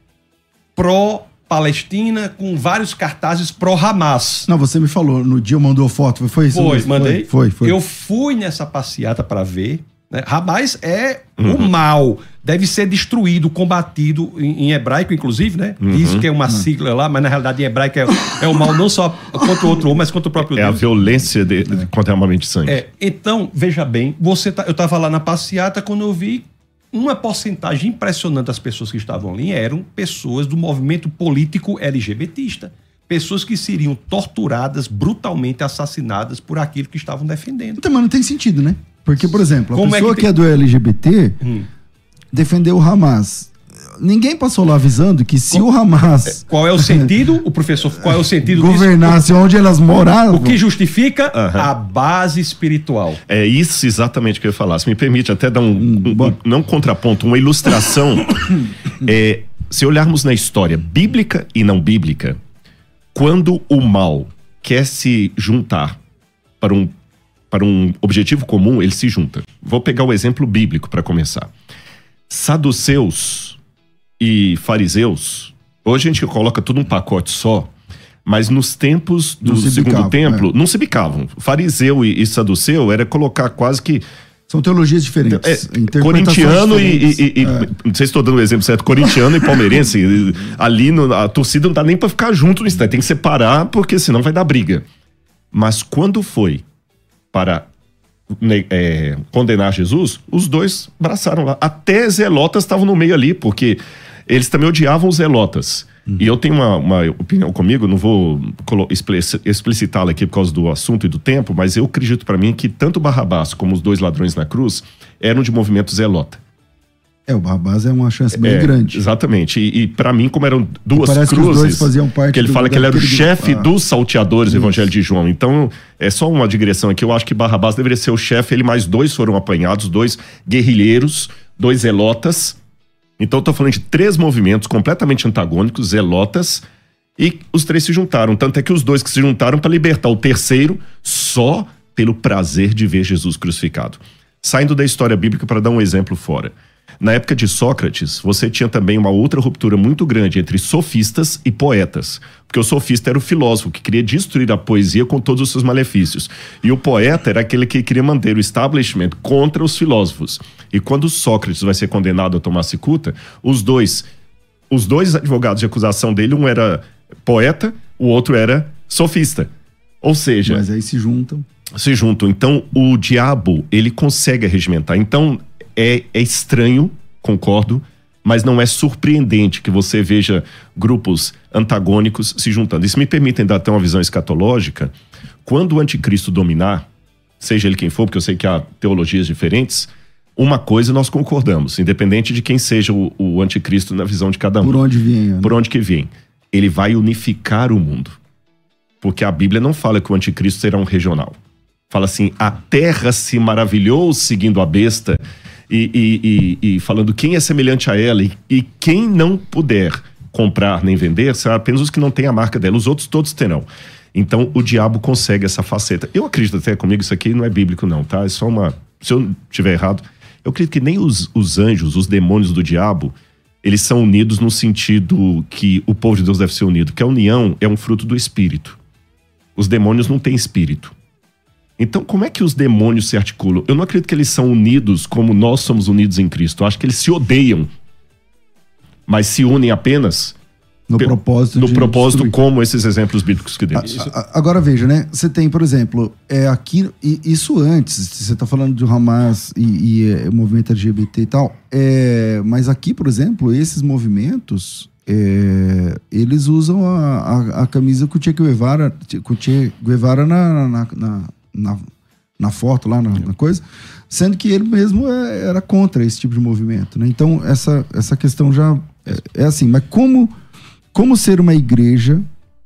pró-Palestina com vários cartazes pró-Hamas. Não, você me falou, no dia mandou foto, foi isso? Mandei. Foi. Eu fui nessa passeata para ver, né? Hamas é o mal, deve ser destruído, combatido, em hebraico inclusive, né? Diz que é uma sigla lá, mas na realidade em hebraico é o mal não só contra o outro homem, mas contra o próprio Deus. É a violência contra a armamento de sangue. Então, veja bem, eu estava lá na passeata quando eu vi uma porcentagem impressionante das pessoas que estavam ali eram pessoas do movimento político LGBTista. Pessoas que seriam torturadas, brutalmente assassinadas por aquilo que estavam defendendo. Então, mas não tem sentido, né? Porque, por exemplo, a Como pessoa que é do LGBT defendeu o Hamas. Ninguém passou lá avisando que se o Hamas... Qual é o sentido, o professor, qual é o sentido governasse disso? onde elas moravam... O que justifica a base espiritual. É isso exatamente que eu ia falar. Se me permite até dar não contraponto, uma ilustração. Se olharmos na história bíblica e não bíblica, quando o mal quer se juntar para um objetivo comum, ele se junta. Vou pegar o exemplo bíblico para começar. Saduceus e fariseus, hoje a gente coloca tudo num pacote só, mas nos tempos do segundo templo, não se bicavam. Fariseu e saduceu era colocar quase que... São teologias diferentes. Corintiano não sei se estou dando o exemplo certo, corintiano e palmeirense, ali a torcida não dá nem para ficar junto no instante, tem que separar, porque senão vai dar briga. Mas quando foi para condenar Jesus, os dois abraçaram lá. Até zelotas estavam no meio ali, porque eles também odiavam os zelotas. E eu tenho uma opinião comigo, não vou explicitá-la aqui por causa do assunto e do tempo, mas eu acredito para mim que tanto Barrabás como os dois ladrões na cruz eram de movimento zelota. O Barrabás é uma chance bem grande. Exatamente. E para mim, como eram duas cruzes, que os dois faziam parte que ele fala que ele era o chefe dos salteadores do Evangelho de João. Então, é só uma digressão aqui. Eu acho que Barrabás deveria ser o chefe. Ele mais dois foram apanhados, 2 guerrilheiros, 2 zelotas. Então, eu tô falando de 3 movimentos completamente antagônicos, zelotas, e os 3 se juntaram. Tanto é que os 2 que se juntaram para libertar o terceiro só pelo prazer de ver Jesus crucificado. Saindo da história bíblica para dar um exemplo fora. Na época de Sócrates, você tinha também uma outra ruptura muito grande entre sofistas e poetas. Porque o sofista era o filósofo que queria destruir a poesia com todos os seus malefícios. E o poeta era aquele que queria manter o establishment contra os filósofos. E quando Sócrates vai ser condenado a tomar cicuta, os dois advogados de acusação dele, um era poeta, o outro era sofista. Ou seja... Mas aí se juntam. Então, o diabo, ele consegue regimentar. Então... É estranho, concordo, mas não é surpreendente que você veja grupos antagônicos se juntando. E se me permitem dar até uma visão escatológica, quando o anticristo dominar, seja ele quem for, porque eu sei que há teologias diferentes, uma coisa nós concordamos, independente de quem seja o anticristo na visão de cada um. Por onde vem. Por onde que vem. Ele vai unificar o mundo. Porque a Bíblia não fala que o anticristo será um regional. Fala assim, a terra se maravilhou seguindo a besta... E falando quem é semelhante a ela e quem não puder comprar nem vender, será apenas os que não têm a marca dela, os outros todos terão. Então o diabo consegue essa faceta. Eu acredito até comigo, isso aqui não é bíblico não, tá? É só se eu estiver errado, eu acredito que nem os anjos, os demônios do diabo, eles são unidos no sentido que o povo de Deus deve ser unido, que a união é um fruto do Espírito. Os demônios não têm espírito. Então, como é que os demônios se articulam? Eu não acredito que eles são unidos como nós somos unidos em Cristo. Eu acho que eles se odeiam, mas se unem apenas no propósito destruir. Como esses exemplos bíblicos que demos. Agora veja, né? Você tem, por exemplo, aqui, isso antes, você está falando de Hamas e o movimento LGBT e tal, mas aqui, por exemplo, esses movimentos, eles usam a camisa com o Che Guevara na foto lá, na coisa, sendo que ele mesmo era contra esse tipo de movimento, né? Então, essa questão já é assim, mas como ser uma igreja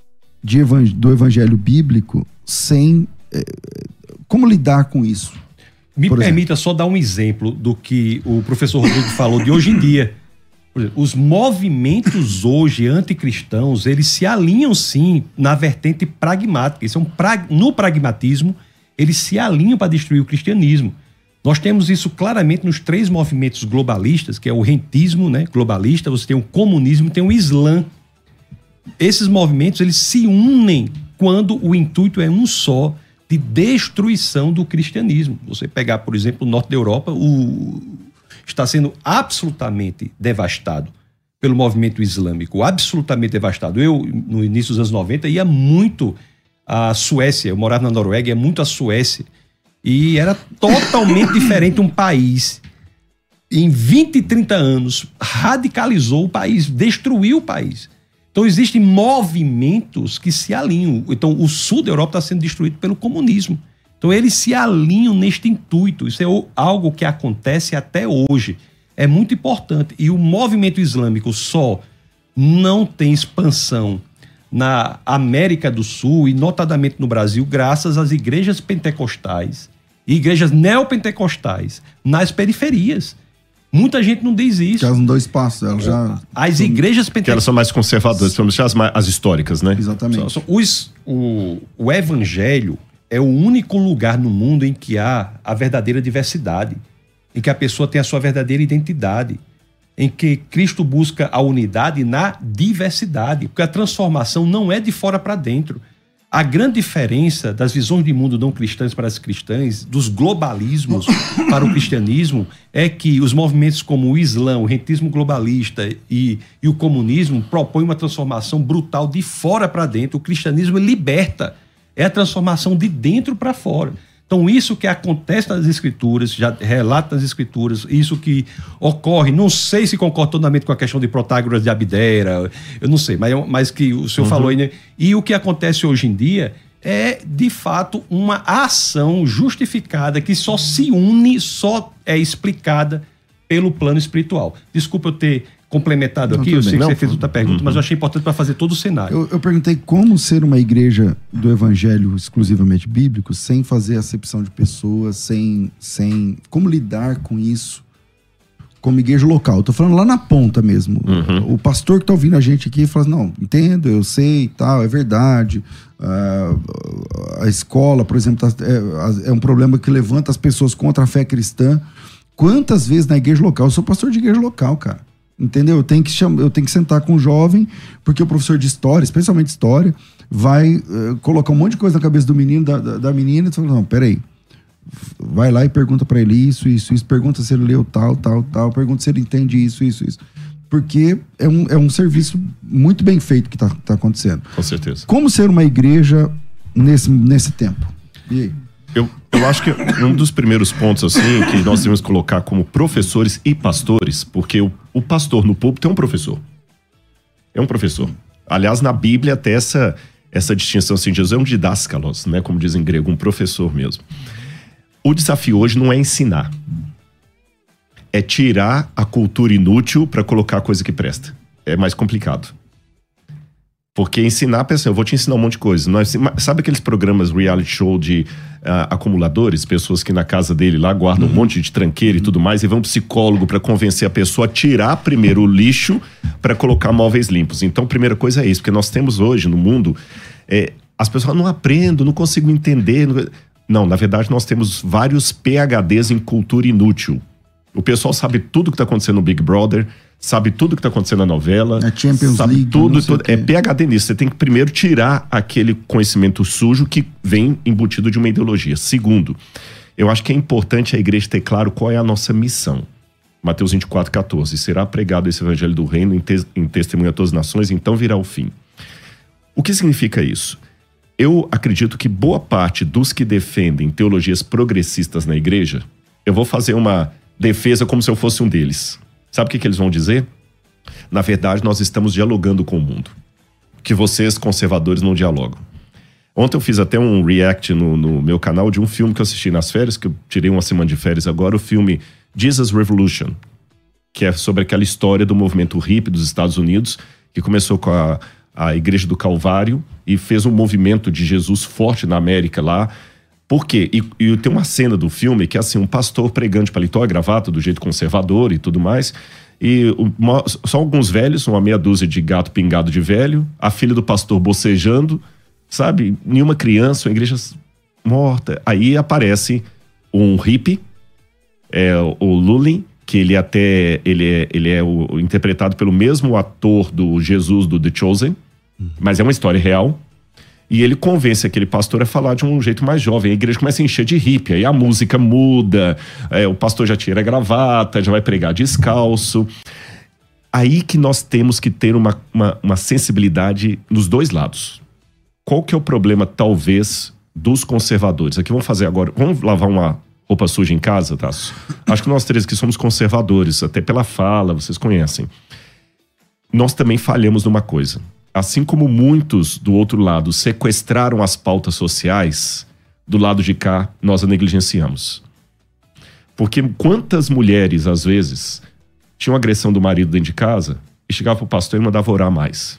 do evangelho bíblico sem... como lidar com isso? Me permita só dar um exemplo do que o professor Rodrigo falou de hoje em dia. Por exemplo, os movimentos hoje anticristãos, eles se alinham sim na vertente pragmática. No pragmatismo, eles se alinham para destruir o cristianismo. Nós temos isso claramente nos 3 movimentos globalistas, que é o rentismo, né, globalista, você tem o comunismo, tem o Islã. Esses movimentos, eles se unem quando o intuito é um só, de destruição do cristianismo. Você pegar, por exemplo, o norte da Europa, está sendo absolutamente devastado pelo movimento islâmico, absolutamente devastado. Eu, no início dos anos 90, ia muito à Suécia, eu morava na Noruega, ia muito à Suécia, e era totalmente diferente um país. Em 20, 30 anos, radicalizou o país, destruiu o país. Então, existem movimentos que se alinham. Então, o sul da Europa está sendo destruído pelo comunismo. Então, eles se alinham neste intuito. Isso é algo que acontece até hoje. É muito importante. E o movimento islâmico só não tem expansão na América do Sul e, notadamente, no Brasil, graças às igrejas pentecostais e igrejas neopentecostais nas periferias. Muita gente não diz isso. Que elas não dão espaço. Elas já... As igrejas pentecostais... Que elas são mais conservadoras, as históricas, né? Exatamente. O evangelho é o único lugar no mundo em que há a verdadeira diversidade, em que a pessoa tem a sua verdadeira identidade, em que Cristo busca a unidade na diversidade, porque a transformação não é de fora para dentro. A grande diferença das visões de mundo não cristãs para as cristãs, dos globalismos para o cristianismo, é que os movimentos como o Islã, o rentismo globalista e o comunismo propõem uma transformação brutal de fora para dentro. O cristianismo liberta, é a transformação de dentro para fora. Então, isso que acontece nas Escrituras, já relata nas Escrituras, isso que ocorre, não sei se concordo totalmente com a questão de Protágoras de Abdera, eu não sei, mas que o senhor falou aí, né? E o que acontece hoje em dia é, de fato, uma ação justificada que só se une, só é explicada pelo plano espiritual. Desculpa eu ter complementado aqui, eu sei que você fez outra pergunta, mas eu achei importante para fazer todo o cenário. Eu perguntei como ser uma igreja do evangelho exclusivamente bíblico, sem fazer acepção de pessoas, sem como lidar com isso como igreja local. Eu tô falando lá na ponta mesmo. O pastor que tá ouvindo a gente aqui fala, não, entendo, eu sei, tal, é verdade. A escola, por exemplo, é um problema que levanta as pessoas contra a fé cristã. Quantas vezes na igreja local? Eu sou pastor de igreja local, cara. Entendeu? Eu tenho que sentar com o jovem, porque o professor de história, especialmente história, vai colocar um monte de coisa na cabeça do menino, da menina, e tu fala, não, peraí. Vai lá e pergunta pra ele isso, pergunta se ele leu tal, pergunta se ele entende isso. Porque é um serviço muito bem feito que tá acontecendo. Com certeza. Como ser uma igreja nesse tempo? E aí? Eu acho que um dos primeiros pontos assim que nós devemos colocar como professores e pastores, porque o pastor no púlpito é um professor. É um professor. Aliás, na Bíblia até essa distinção assim, Jesus é um didáskalos, né, como diz em grego, um professor mesmo. O desafio hoje não é ensinar. É tirar a cultura inútil para colocar a coisa que presta. É mais complicado. Porque ensinar, pensa, eu vou te ensinar um monte de coisa. Sabe aqueles programas reality show de acumuladores? Pessoas que na casa dele lá guardam um monte de tranqueira e tudo mais, e vão psicólogo para convencer a pessoa a tirar primeiro o lixo para colocar móveis limpos. Então, a primeira coisa é isso, porque nós temos hoje no mundo, as pessoas não aprendem, não consigo entender. Não, na verdade nós temos vários PhDs em cultura inútil. O pessoal sabe tudo que está acontecendo no Big Brother, sabe tudo que está acontecendo na novela. A Champions sabe League, tudo, não sei o quê. é PhD nisso. Você tem que primeiro tirar aquele conhecimento sujo que vem embutido de uma ideologia. Segundo, eu acho que é importante a igreja ter claro qual é a nossa missão. Mateus 24:14. Será pregado esse evangelho do reino em testemunho a todas as nações, então virá o fim. O que significa isso? Eu acredito que boa parte dos que defendem teologias progressistas na igreja, eu vou fazer uma defesa como se eu fosse um deles. Sabe o que eles vão dizer? Na verdade, nós estamos dialogando com o mundo, que vocês, conservadores, não dialogam. Ontem eu fiz até um react no meu canal de um filme que eu assisti nas férias, que eu tirei uma semana de férias agora, o filme Jesus Revolution, que é sobre aquela história do movimento hippie dos Estados Unidos, que começou com a Igreja do Calvário e fez um movimento de Jesus forte na América lá. Por quê? E tem uma cena do filme que é assim, um pastor pregando de paletó e gravata, do jeito conservador e tudo mais, e só alguns velhos, uma meia dúzia de gato pingado de velho, a filha do pastor bocejando, sabe? Nenhuma criança, uma igreja morta. Aí aparece um hippie, o Lully, que ele é interpretado pelo mesmo ator do Jesus do The Chosen, mas é uma história real. E ele convence aquele pastor a falar de um jeito mais jovem. A igreja começa a encher de hippie, aí a música muda, o pastor já tira a gravata, já vai pregar descalço. Aí que nós temos que ter uma sensibilidade nos dois lados. Qual que é o problema, talvez, dos conservadores? Aqui vamos fazer agora, vamos lavar uma roupa suja em casa, Tasso? Acho que nós três aqui somos conservadores, até pela fala, vocês conhecem. Nós também falhamos numa coisa. Assim como muitos do outro lado sequestraram as pautas sociais, do lado de cá nós a negligenciamos. Porque quantas mulheres, às vezes, tinham agressão do marido dentro de casa e chegava pro pastor e mandava orar mais?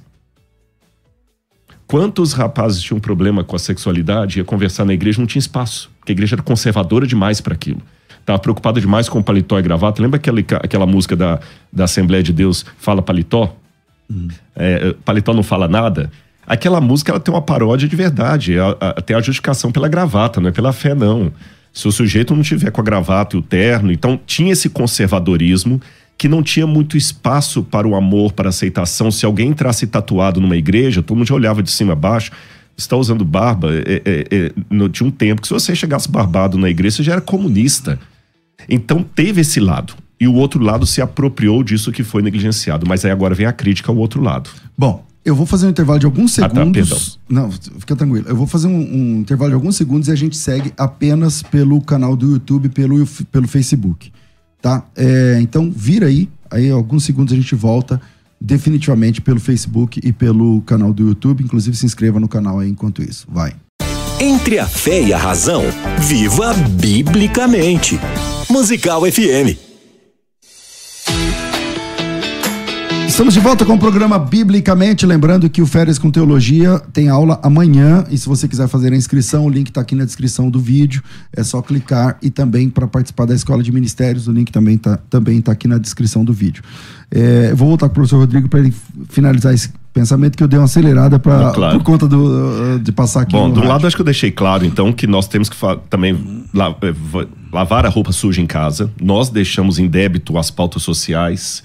Quantos rapazes tinham problema com a sexualidade e ia conversar na igreja, não tinha espaço, porque a igreja era conservadora demais para aquilo. Estava preocupada demais com paletó e gravata. Lembra aquela música da Assembleia de Deus, Fala Paletó? Paletó não fala nada. Aquela música ela tem uma paródia de verdade, tem a justificação pela gravata, não é pela fé não. Se o sujeito não tiver com a gravata e o terno, então tinha esse conservadorismo que não tinha muito espaço para o amor, para a aceitação. Se alguém entrasse tatuado numa igreja, todo mundo já olhava de cima a baixo. Você está usando barba? Tinha um tempo que se você chegasse barbado na igreja, você já era comunista. Então teve esse lado. E o outro lado se apropriou disso que foi negligenciado. Mas aí agora vem a crítica ao outro lado. Bom, eu vou fazer um intervalo de alguns segundos. Perdão. Não, fica tranquilo. Eu vou fazer um intervalo de alguns segundos e a gente segue apenas pelo canal do YouTube, pelo Facebook. Tá? Então, vira aí alguns segundos a gente volta definitivamente pelo Facebook e pelo canal do YouTube. Inclusive, se inscreva no canal aí enquanto isso. Vai. Entre a fé e a razão, viva biblicamente. Musical FM. Estamos de volta com o programa Biblicamente, lembrando que o Férias com Teologia tem aula amanhã, e se você quiser fazer a inscrição, o link está aqui na descrição do vídeo, é só clicar, e também para participar da Escola de Ministérios, o link também tá aqui na descrição do vídeo. Eu vou voltar com o professor Rodrigo para ele finalizar esse pensamento, que eu dei uma acelerada claro. por conta de passar aqui. Bom, do lado acho que eu deixei claro, então, que nós temos que também lavar a roupa suja em casa. Nós deixamos em débito as pautas sociais.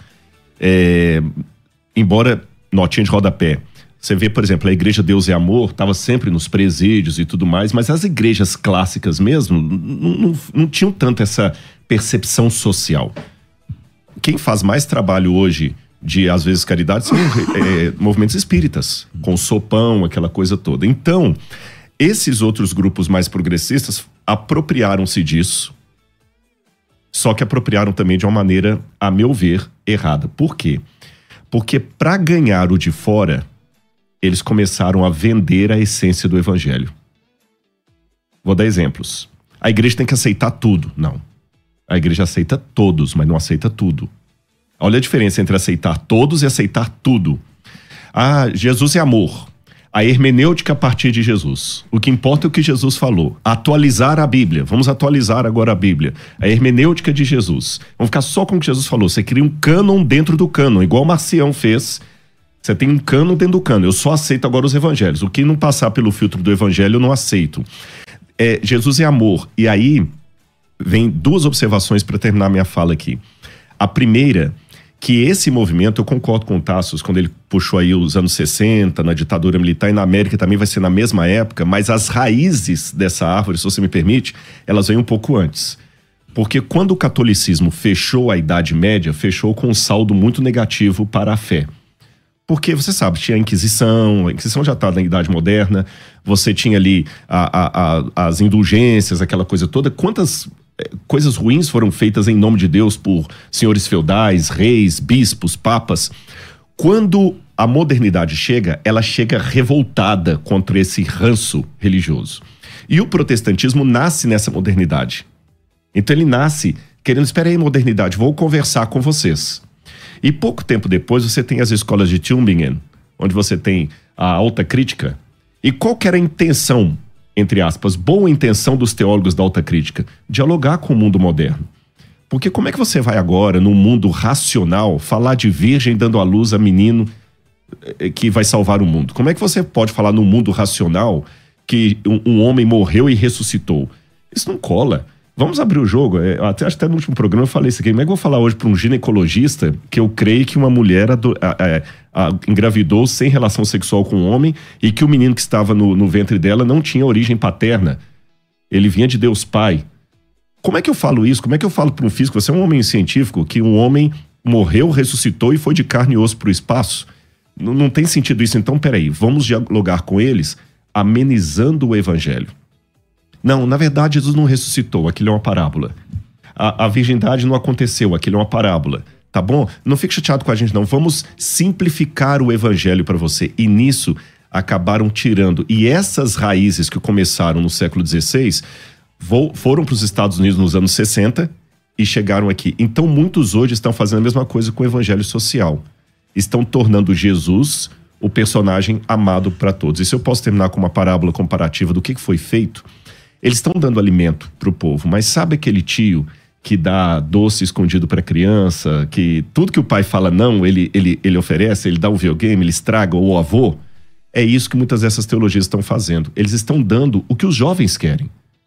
Embora notinha de rodapé, você vê, por exemplo, a Igreja Deus é Amor, estava sempre nos presídios e tudo mais, mas as igrejas clássicas mesmo não tinham tanto essa percepção social. Quem faz mais trabalho hoje de, às vezes, caridade são movimentos espíritas, com sopão, aquela coisa toda. Então, esses outros grupos mais progressistas apropriaram-se disso, só que apropriaram também de uma maneira, a meu ver, errada. Por quê? Porque para ganhar o de fora, eles começaram a vender a essência do evangelho. Vou dar exemplos. A igreja tem que aceitar tudo. Não. A igreja aceita todos, mas não aceita tudo. Olha a diferença entre aceitar todos e aceitar tudo. Jesus é amor. A hermenêutica a partir de Jesus. O que importa é o que Jesus falou. Atualizar a Bíblia. Vamos atualizar agora a Bíblia. A hermenêutica de Jesus. Vamos ficar só com o que Jesus falou. Você cria um cânon dentro do cânon, igual o Marcião fez. Você tem um cânon dentro do cânon. Eu só aceito agora os evangelhos. O que não passar pelo filtro do evangelho, eu não aceito. Jesus é amor. E aí, vem duas observações para terminar minha fala aqui. A primeira, que esse movimento, eu concordo com o Tassos, quando ele puxou aí os anos 60, na ditadura militar, e na América também vai ser na mesma época, mas as raízes dessa árvore, se você me permite, elas vêm um pouco antes. Porque quando o catolicismo fechou a Idade Média, fechou com um saldo muito negativo para a fé. Porque, você sabe, tinha a Inquisição já está na Idade Moderna, você tinha ali as indulgências, aquela coisa toda. Quantas coisas ruins foram feitas em nome de Deus por senhores feudais, reis, bispos, papas. Quando a modernidade chega, ela chega revoltada contra esse ranço religioso. E o protestantismo nasce nessa modernidade. Então ele nasce querendo, espera aí, modernidade, vou conversar com vocês. E pouco tempo depois você tem as escolas de Tübingen, onde você tem a alta crítica. E qual que era a intenção, entre aspas, boa intenção dos teólogos da alta crítica? Dialogar com o mundo moderno. Porque como é que você vai agora, num mundo racional, falar de virgem dando à luz a menino que vai salvar o mundo? Como é que você pode falar num mundo racional que um homem morreu e ressuscitou? Isso não cola. Vamos abrir o jogo. Até no último programa eu falei isso aqui. Como é que eu vou falar hoje para um ginecologista que eu creio que uma mulher engravidou sem relação sexual com um homem e que o menino que estava no ventre dela não tinha origem paterna? Ele vinha de Deus Pai. Como é que eu falo isso? Como é que eu falo para um físico? Você é um homem científico que um homem morreu, ressuscitou e foi de carne e osso para o espaço? Não tem sentido isso. Então, peraí, vamos dialogar com eles amenizando o evangelho. Não, na verdade, Jesus não ressuscitou, aquilo é uma parábola. A virgindade não aconteceu, aquilo é uma parábola. Tá bom? Não fique chateado com a gente, não. Vamos simplificar o evangelho para você. E nisso, acabaram tirando. E essas raízes que começaram no século XVI foram para os Estados Unidos nos anos 60 e chegaram aqui. Então, muitos hoje estão fazendo a mesma coisa com o evangelho social. Estão tornando Jesus o personagem amado para todos. E se eu posso terminar com uma parábola comparativa do que foi feito... Eles estão dando alimento para o povo, mas sabe aquele tio que dá doce escondido para a criança, que tudo que o pai fala não, ele oferece, ele dá um videogame, ele estraga, ou o avô? É isso que muitas dessas teologias estão fazendo. Eles estão dando o que os jovens querem,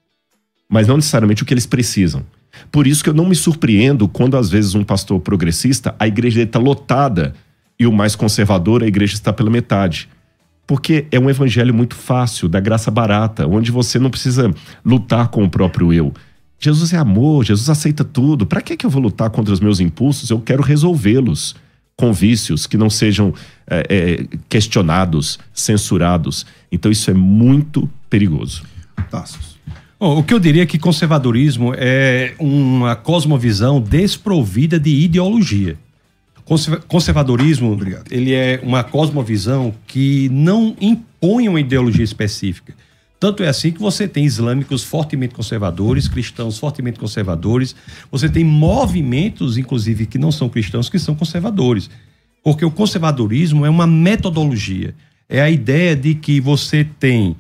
mas não necessariamente o que eles precisam. Por isso que eu não me surpreendo quando às vezes um pastor progressista, a igreja está lotada e o mais conservador, a igreja está pela metade. Porque é um evangelho muito fácil, da graça barata, onde você não precisa lutar com o próprio eu. Jesus é amor, Jesus aceita tudo. Para que eu vou lutar contra os meus impulsos? Eu quero resolvê-los com vícios que não sejam questionados, censurados. Então isso é muito perigoso. Tassos. O que eu diria é que conservadorismo é uma cosmovisão desprovida de ideologia. Conservadorismo, ele é uma cosmovisão que não impõe uma ideologia específica. Tanto é assim que você tem islâmicos fortemente conservadores, cristãos fortemente conservadores, você tem movimentos, inclusive, que não são cristãos, que são conservadores. Porque o conservadorismo é uma metodologia. É a ideia de que você tem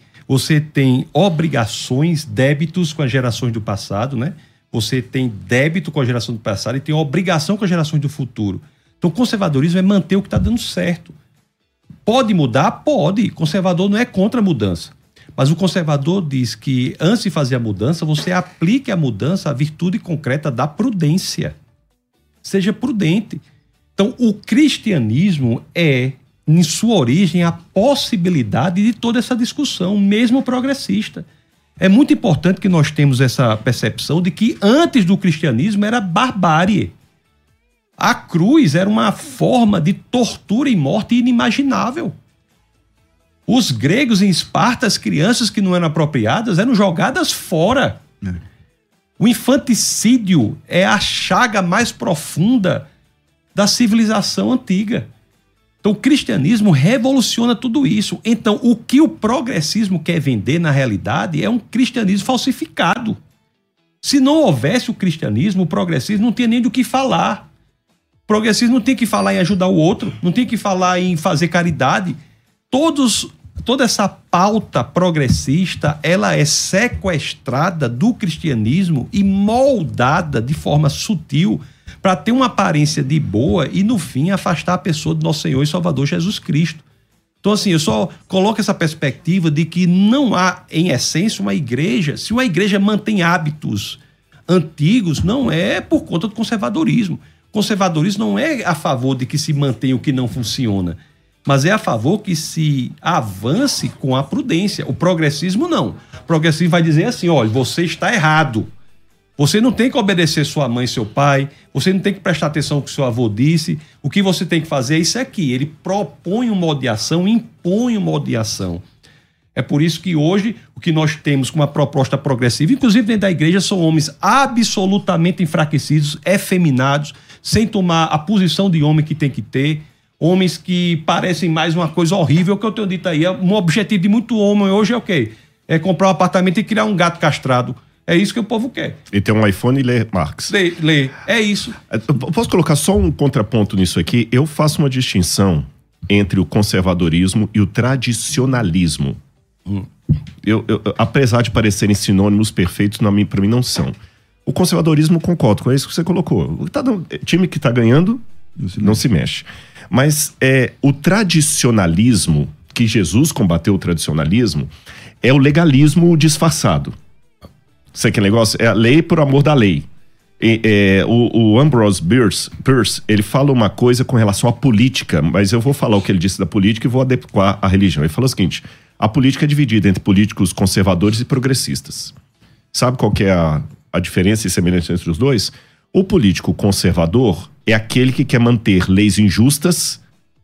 obrigações, débitos com as gerações do passado, né? Você tem débito com a geração do passado e tem obrigação com as gerações do futuro. Então, o conservadorismo é manter o que está dando certo. Pode mudar? Pode. Conservador não é contra a mudança. Mas o conservador diz que, antes de fazer a mudança, você aplique a mudança à virtude concreta da prudência. Seja prudente. Então, o cristianismo é, em sua origem, a possibilidade de toda essa discussão, mesmo progressista. É muito importante que nós temos essa percepção de que, antes do cristianismo, era barbárie. A cruz era uma forma de tortura e morte inimaginável. Os gregos em Esparta, as crianças que não eram apropriadas eram jogadas fora. O infanticídio é a chaga mais profunda da civilização antiga. Então o cristianismo revoluciona tudo isso. Então o que o progressismo quer vender na realidade é um cristianismo falsificado. Se não houvesse o cristianismo, o progressismo não tinha nem do que falar. O progressismo não tem que falar em ajudar o outro, não tem que falar em fazer caridade. Toda essa pauta progressista, ela é sequestrada do cristianismo e moldada de forma sutil para ter uma aparência de boa e, no fim, afastar a pessoa do nosso Senhor e Salvador Jesus Cristo. Então, assim, eu só coloco essa perspectiva de que não há, em essência, uma igreja. Se uma igreja mantém hábitos antigos, não é por conta do conservadorismo. Conservadorismo não é a favor de que se mantenha o que não funciona, mas é a favor que se avance com a prudência. O progressismo não. O progressismo vai dizer assim, olha, você está errado. Você não tem que obedecer sua mãe e seu pai, você não tem que prestar atenção no que seu avô disse, o que você tem que fazer é isso aqui. Ele propõe um modo de ação, impõe um modo de ação. É por isso que hoje o que nós temos com uma proposta progressiva, inclusive dentro da igreja, são homens absolutamente enfraquecidos, efeminados, sem tomar a posição de homem que tem que ter, homens que parecem mais uma coisa horrível, que eu tenho dito aí, um objetivo de muito homem hoje é o quê? É comprar um apartamento e criar um gato castrado. É isso que o povo quer. E ter um iPhone e ler Marx. Ler. É isso. Eu posso colocar só um contraponto nisso aqui? Eu faço uma distinção entre o conservadorismo e o tradicionalismo. Apesar de parecerem sinônimos perfeitos, para mim não são. O conservadorismo, concordo com isso que você colocou. O time que está ganhando não se mexe. Mas o tradicionalismo, que Jesus combateu o tradicionalismo, é o legalismo disfarçado. Sabe que negócio? É a lei por amor da lei. O Ambrose Bierce, ele fala uma coisa com relação à política, mas eu vou falar o que ele disse da política e vou adequar à religião. Ele fala o seguinte: a política é dividida entre políticos conservadores e progressistas. Sabe qual que é a diferença e semelhança entre os dois? O político conservador é aquele que quer manter leis injustas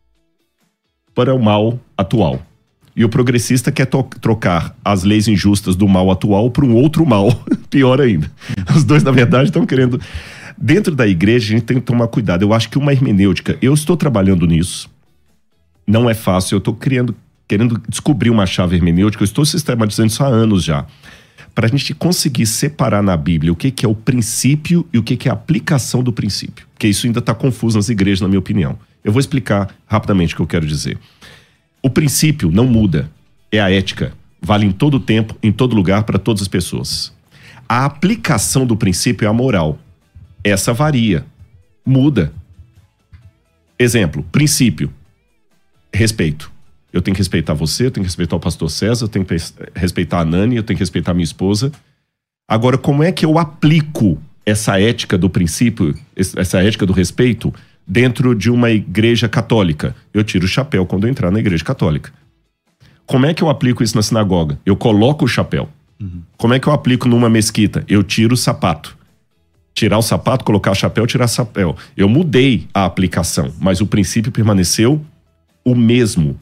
para o mal atual. E o progressista quer trocar as leis injustas do mal atual para um outro mal, pior ainda. Os dois, na verdade, estão querendo... Dentro da igreja, a gente tem que tomar cuidado. Eu acho que uma hermenêutica... Eu estou trabalhando nisso. Não é fácil. Eu estou querendo descobrir uma chave hermenêutica. Eu estou sistematizando isso há anos já. Para a gente conseguir separar na Bíblia o que é o princípio e o que é a aplicação do princípio. Porque isso ainda está confuso nas igrejas, na minha opinião. Eu vou explicar rapidamente o que eu quero dizer. O princípio não muda, é a ética. Vale em todo tempo, em todo lugar, para todas as pessoas. A aplicação do princípio é a moral. Essa varia, muda. Exemplo, princípio, respeito. Eu tenho que respeitar você, eu tenho que respeitar o pastor César, eu tenho que respeitar a Nani, eu tenho que respeitar a minha esposa. Agora, como é que eu aplico essa ética do princípio, essa ética do respeito, dentro de uma igreja católica? Eu tiro o chapéu quando eu entrar na igreja católica. Como é que eu aplico isso na sinagoga? Eu coloco o chapéu. Como é que eu aplico numa mesquita? Eu tiro o sapato. Tirar o sapato, colocar o chapéu, tirar o chapéu. Eu mudei a aplicação, mas o princípio permaneceu o mesmo.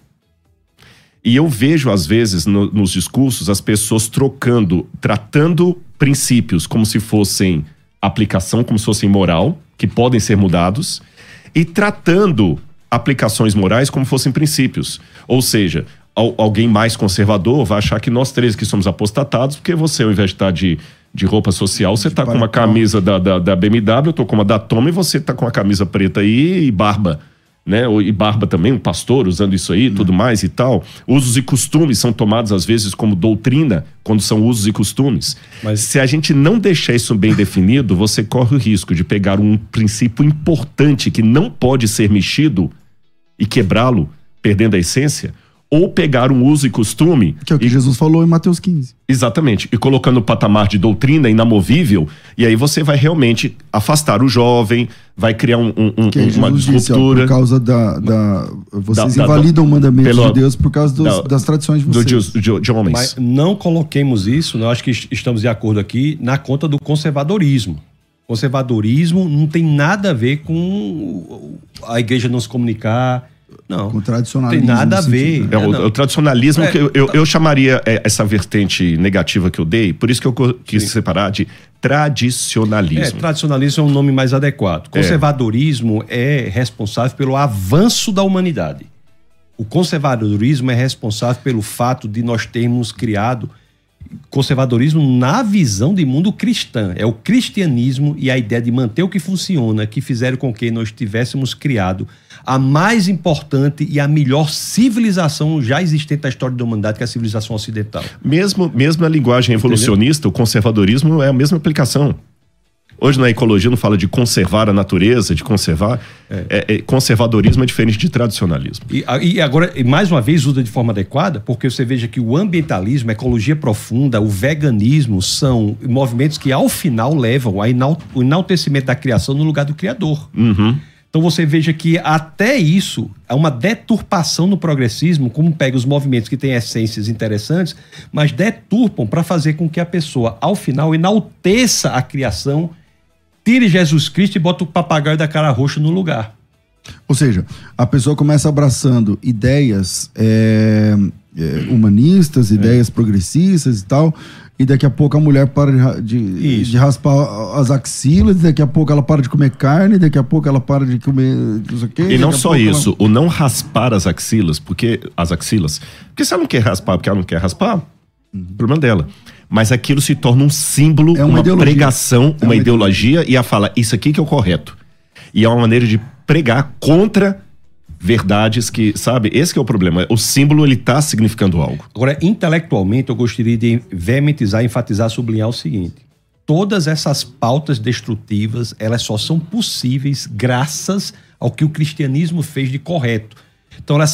E eu vejo, às vezes, nos discursos, as pessoas tratando princípios como se fossem aplicação, como se fossem moral, que podem ser mudados, e tratando aplicações morais como fossem princípios. Ou seja, alguém mais conservador vai achar que nós três que somos apostatados, porque você, ao invés de estar de roupa social, você está com uma camisa da BMW, eu estou com uma da Toma, e você está com uma camisa preta aí e barba. Né? E barba também, um pastor usando isso aí, tudo mais e tal. Usos e costumes são tomados às vezes como doutrina, quando são usos e costumes. Mas se a gente não deixar isso bem definido, você corre o risco de pegar um princípio importante que não pode ser mexido e quebrá-lo, perdendo a essência, ou pegar um uso e costume... Que é o que Jesus falou em Mateus 15. Exatamente. E colocando o patamar de doutrina inamovível, e aí você vai realmente afastar o jovem, vai criar uma disruptura. Disse, por causa vocês invalidam o mandamento de Deus por causa das tradições de vocês. De homens. Mas não coloquemos isso, nós acho que estamos de acordo aqui, na conta do conservadorismo. Conservadorismo não tem nada a ver com a igreja não se comunicar... Não, com o tradicionalismo. Tem nada a ver. O tradicionalismo, que eu chamaria essa vertente negativa que eu dei, por isso que eu quis separar de tradicionalismo. Tradicionalismo é um nome mais adequado. Conservadorismo é responsável pelo avanço da humanidade. O conservadorismo é responsável pelo fato de nós termos criado conservadorismo na visão de mundo cristã. É o cristianismo e a ideia de manter o que funciona que fizeram com que nós tivéssemos criado a mais importante e a melhor civilização já existente na história da humanidade, que é a civilização ocidental. Mesmo na linguagem evolucionista, o conservadorismo é a mesma aplicação. Hoje na ecologia não fala de conservar a natureza, de conservar. Conservadorismo é diferente de tradicionalismo. E agora, mais uma vez, usa de forma adequada, porque você veja que o ambientalismo, a ecologia profunda, o veganismo são movimentos que, ao final, levam o enaltecimento da criação no lugar do criador. Então você veja que até isso é uma deturpação no progressismo, como pega os movimentos que têm essências interessantes, mas deturpam para fazer com que a pessoa, ao final, enalteça a criação, tire Jesus Cristo e bota o papagaio da cara roxa no lugar. Ou seja, a pessoa começa abraçando ideias humanistas, ideias progressistas e tal, e daqui a pouco a mulher para de raspar as axilas, daqui a pouco ela para de comer carne, daqui a pouco ela para de comer não sei o quê. E não só isso, o não raspar as axilas, porque se ela não quer raspar porque ela não quer raspar, problema dela. Mas aquilo se torna um símbolo, uma pregação, uma ideologia, e ela fala, isso aqui que é o correto. E é uma maneira de pregar contra verdades que, sabe, esse que é o problema. O símbolo, ele tá significando algo. Agora, intelectualmente, eu gostaria de veementizar, enfatizar, sublinhar o seguinte. Todas essas pautas destrutivas, elas só são possíveis graças ao que o cristianismo fez de correto. Então, elas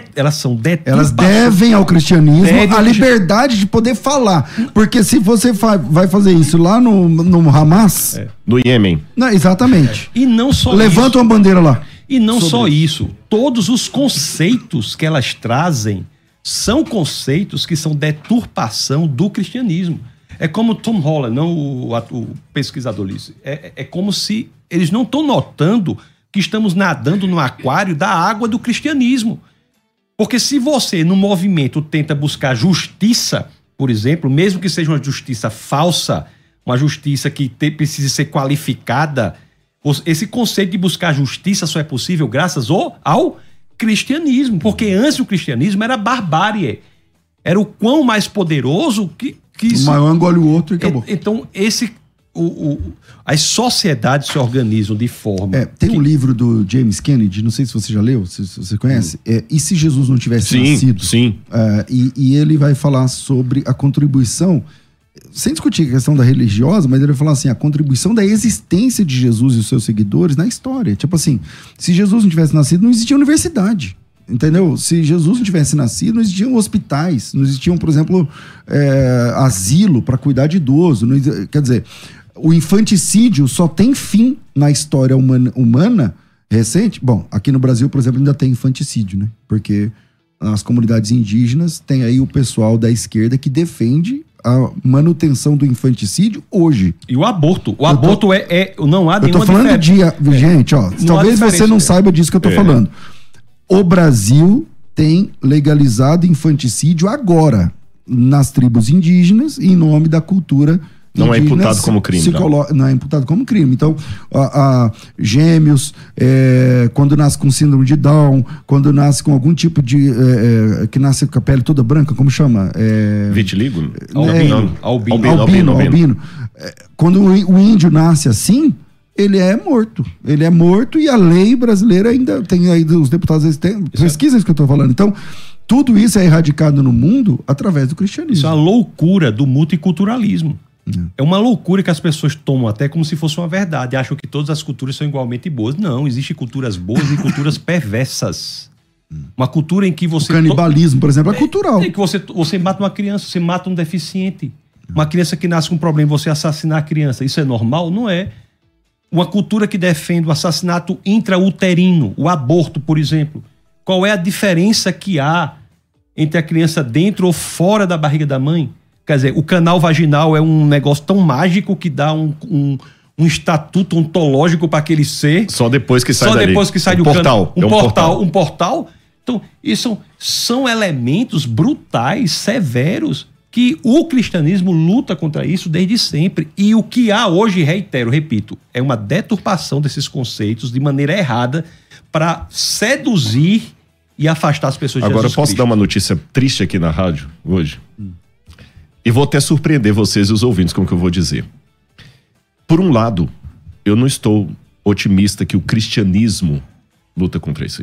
devem ao cristianismo a liberdade de poder falar. Porque se você vai fazer isso lá no Hamas... No Iêmen. Não, exatamente. E não só Levanta uma bandeira lá. E não só isso, todos os conceitos que elas trazem são conceitos que são deturpação do cristianismo. É como Tom Holland, não o pesquisador disse. É como se eles não estão notando que estamos nadando no aquário da água do cristianismo. Porque se você, no movimento, tenta buscar justiça, por exemplo, mesmo que seja uma justiça falsa, uma justiça que precise ser qualificada, esse conceito de buscar justiça só é possível graças ao cristianismo. Porque antes o cristianismo era barbárie. Era o quão mais poderoso que o maior engole o outro e acabou. Então, as sociedades se organizam de forma... Tem um livro do James Kennedy, não sei se você já leu, se você conhece. E se Jesus não tivesse nascido? Sim. E ele vai falar sobre a contribuição, sem discutir a questão da religiosa, mas ele vai falar assim, a contribuição da existência de Jesus e os seus seguidores na história. Tipo assim, se Jesus não tivesse nascido, não existia universidade. Entendeu? Se Jesus não tivesse nascido, não existiam hospitais, não existiam, por exemplo, asilo para cuidar de idoso. Quer dizer, o infanticídio só tem fim na história humana recente. Bom, aqui no Brasil, por exemplo, ainda tem infanticídio, né? Porque nas comunidades indígenas tem aí o pessoal da esquerda que defende a manutenção do infanticídio hoje. E o aborto. O aborto não há nenhuma diferença. Eu tô falando gente, ó, talvez você não saiba disso que eu tô falando. O Brasil tem legalizado infanticídio agora nas tribos indígenas em nome da cultura não é imputado como crime. Não é imputado como crime. Então, gêmeos, quando nasce com síndrome de Down, quando nasce com algum tipo de... que nasce com a pele toda branca, como chama? Vitiligo? Albino. Quando o índio nasce assim, ele é morto. Ele é morto e a lei brasileira ainda tem aí, os deputados têm pesquisa isso que eu estou falando. Então, tudo isso é erradicado no mundo através do cristianismo. Isso é a loucura do multiculturalismo. É uma loucura que as pessoas tomam até como se fosse uma verdade. Acham que todas as culturas são igualmente boas. Não, existem culturas boas e culturas perversas. Uma cultura em que você... O canibalismo, por exemplo, é cultural. Em que você mata uma criança, você mata um deficiente. Uma criança que nasce com um problema, você assassinar a criança. Isso é normal? Não é. Uma cultura que defende o assassinato intrauterino, o aborto, por exemplo. Qual é a diferença que há entre a criança dentro ou fora da barriga da mãe? Quer dizer, o canal vaginal é um negócio tão mágico que dá um estatuto ontológico para aquele ser. Só depois que sai dali. Só depois que sai do canal. Um portal. Então, isso são elementos brutais, severos, que o cristianismo luta contra isso desde sempre. E o que há hoje, repito, é uma deturpação desses conceitos de maneira errada para seduzir e afastar as pessoas de Jesus Cristo. Agora, posso dar uma notícia triste aqui na rádio hoje? E vou até surpreender vocês e os ouvintes com o que eu vou dizer. Por um lado, eu não estou otimista que o cristianismo luta contra isso aí.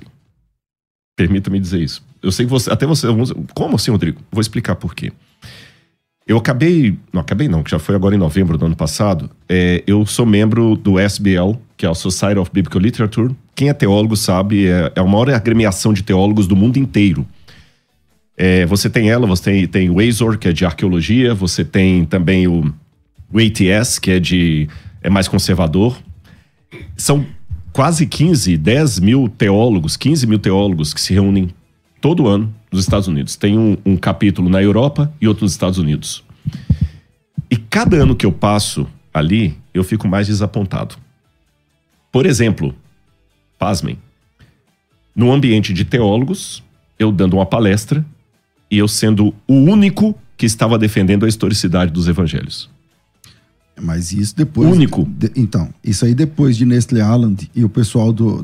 Permita-me dizer isso. Eu sei que você... Como assim, Rodrigo? Vou explicar por quê. que já foi agora em novembro do ano passado. Eu sou membro do SBL, que é a Society of Biblical Literature. Quem é teólogo sabe, é a maior agremiação de teólogos do mundo inteiro. Você tem ela, você tem o Azor, que é de arqueologia, você tem também o ATS, que é mais conservador. São quase 10 mil teólogos, 15 mil teólogos que se reúnem todo ano nos Estados Unidos. Tem um capítulo na Europa e outro nos Estados Unidos. E cada ano que eu passo ali, eu fico mais desapontado. Por exemplo, pasmem, no ambiente de teólogos, eu dando uma palestra e eu sendo o único que estava defendendo a historicidade dos evangelhos. Mas isso depois... Único. Então, isso aí depois de Nestle Aland e o pessoal do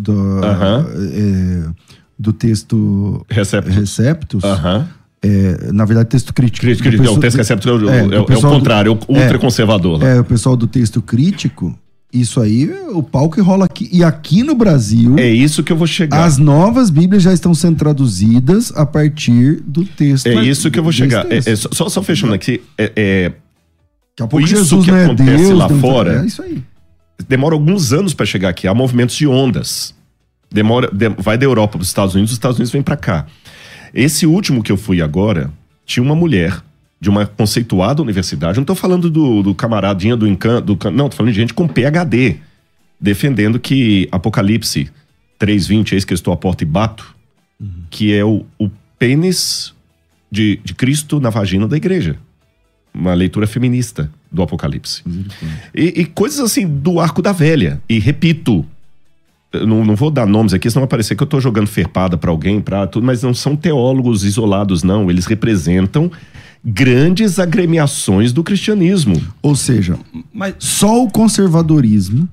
texto Receptus, na verdade, texto crítico. O texto Receptus é o contrário, é o ultraconservador. O pessoal do texto crítico, isso aí, o pau que rola aqui. E aqui no Brasil... É isso que eu vou chegar. As novas Bíblias já estão sendo traduzidas a partir do texto. É isso que eu vou chegar. Só fechando aqui, daqui a pouco isso Jesus que não é acontece Deus, lá fora, é isso aí. Demora alguns anos para chegar aqui. Há movimentos de ondas. Vai da Europa para os Estados Unidos vem para cá. Esse último que eu fui agora, tinha uma mulher de uma conceituada universidade, não estou falando do camaradinha do encanto, não, estou falando de gente com PhD, defendendo que Apocalipse 3:20, eis que eu estou à porta e bato, que é o pênis de Cristo na vagina da igreja. Uma leitura feminista do Apocalipse. E coisas assim do Arco da Velha. E repito, não vou dar nomes aqui, senão vai parecer que eu estou jogando ferpada para alguém, mas não são teólogos isolados, não. Eles representam grandes agremiações do cristianismo. Ou seja, só o conservadorismo,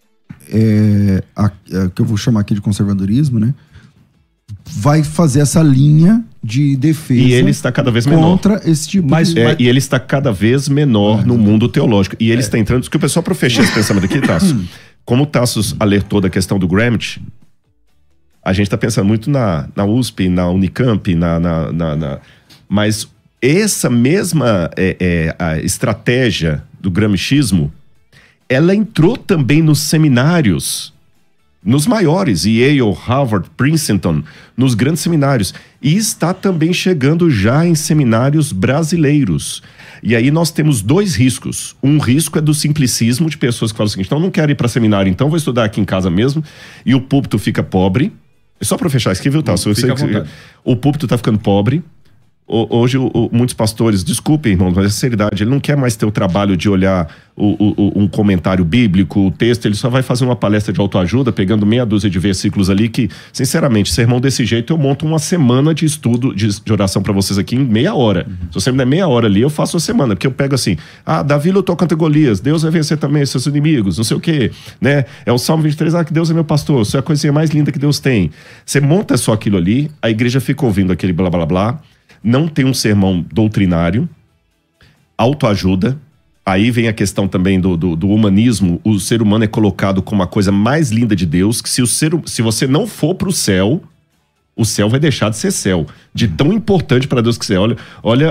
que eu vou chamar aqui de conservadorismo, né? Vai fazer essa linha de defesa. E ele está cada vez menor. Contra esse tipo E ele está cada vez menor no mundo teológico. E ele está entrando... Que o pessoal, para fechar esse pensamento aqui, Tasso, como o Tassos alertou da questão do Gramsci, a gente está pensando muito na USP, na Unicamp, mas essa mesma a estratégia do gramscismo, ela entrou também nos seminários, nos maiores, Yale, Harvard, Princeton, nos grandes seminários. E está também chegando já em seminários brasileiros. E aí nós temos dois riscos. Um risco é do simplicismo de pessoas que falam o seguinte: então não quero ir para seminário, então vou estudar aqui em casa mesmo, e o púlpito fica pobre. Só para fechar, escreveu, tá? O púlpito está ficando pobre. Hoje, muitos pastores, desculpem, irmãos, mas é seriedade, ele não quer mais ter o trabalho de olhar um comentário bíblico, o texto, ele só vai fazer uma palestra de autoajuda, pegando meia dúzia de versículos ali, que, sinceramente, sermão desse jeito, eu monto uma semana de estudo, de oração para vocês aqui em meia hora. Se você me der meia hora ali, eu faço uma semana, porque eu pego assim, Davi lutou contra Golias, Deus vai vencer também seus inimigos, não sei o quê, né? É o Salmo 23, que Deus é meu pastor, isso é a coisinha mais linda que Deus tem. Você monta só aquilo ali, a igreja fica ouvindo aquele blá blá blá, não tem um sermão doutrinário, autoajuda. Aí vem a questão também do humanismo. O ser humano é colocado como a coisa mais linda de Deus, que se você não for para o céu vai deixar de ser céu. De tão importante para Deus que você é. Olha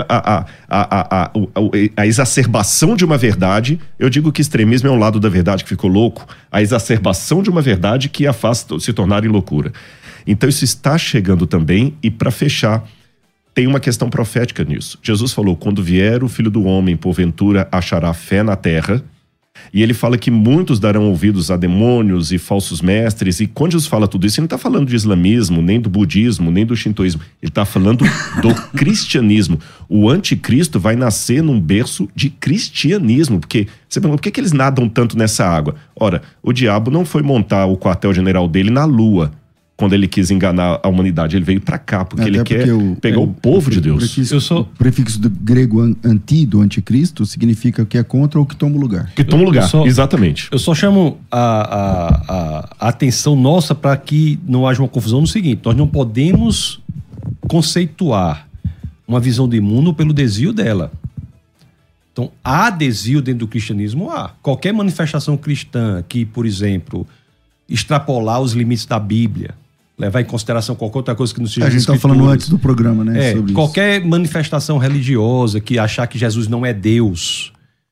a exacerbação de uma verdade. Eu digo que extremismo é um lado da verdade que ficou louco. A exacerbação de uma verdade que a faz se tornar em loucura. Então isso está chegando também. E para fechar, tem uma questão profética nisso. Jesus falou, quando vier o Filho do Homem, porventura achará fé na terra. E ele fala que muitos darão ouvidos a demônios e falsos mestres. E quando Jesus fala tudo isso, ele não está falando de islamismo, nem do budismo, nem do shintoísmo. Ele está falando do cristianismo. O anticristo vai nascer num berço de cristianismo. Porque você pergunta, por que eles nadam tanto nessa água? Ora, o diabo não foi montar o quartel-general dele na Lua, quando ele quis enganar a humanidade. Ele veio pra cá, porque ele quer pegar o povo de Deus. O prefixo do grego do anticristo significa que é contra ou que toma o lugar. Que toma o lugar, exatamente. Eu só chamo a atenção nossa para que não haja uma confusão no seguinte: nós não podemos conceituar uma visão de mundo pelo desvio dela. Então, há desvio dentro do cristianismo? Há. Qualquer manifestação cristã que, por exemplo, extrapolar os limites da Bíblia, levar em consideração qualquer outra coisa que não seja A gente estava falando antes do programa, né? Sobre qualquer manifestação religiosa que achar que Jesus não é Deus,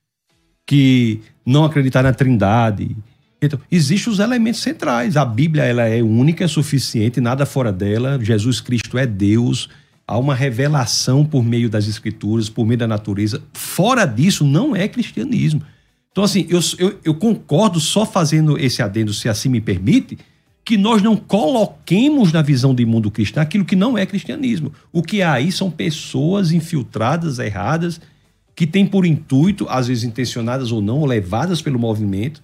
que não acreditar na Trindade. Então, existem os elementos centrais. A Bíblia ela é única, é suficiente, nada fora dela. Jesus Cristo é Deus. Há uma revelação por meio das Escrituras, por meio da natureza. Fora disso, não é cristianismo. Então, assim, eu concordo, só fazendo esse adendo, se assim me permite, que nós não coloquemos na visão de mundo cristão aquilo que não é cristianismo. O que há aí são pessoas infiltradas, erradas, que têm por intuito, às vezes intencionadas ou não, ou levadas pelo movimento,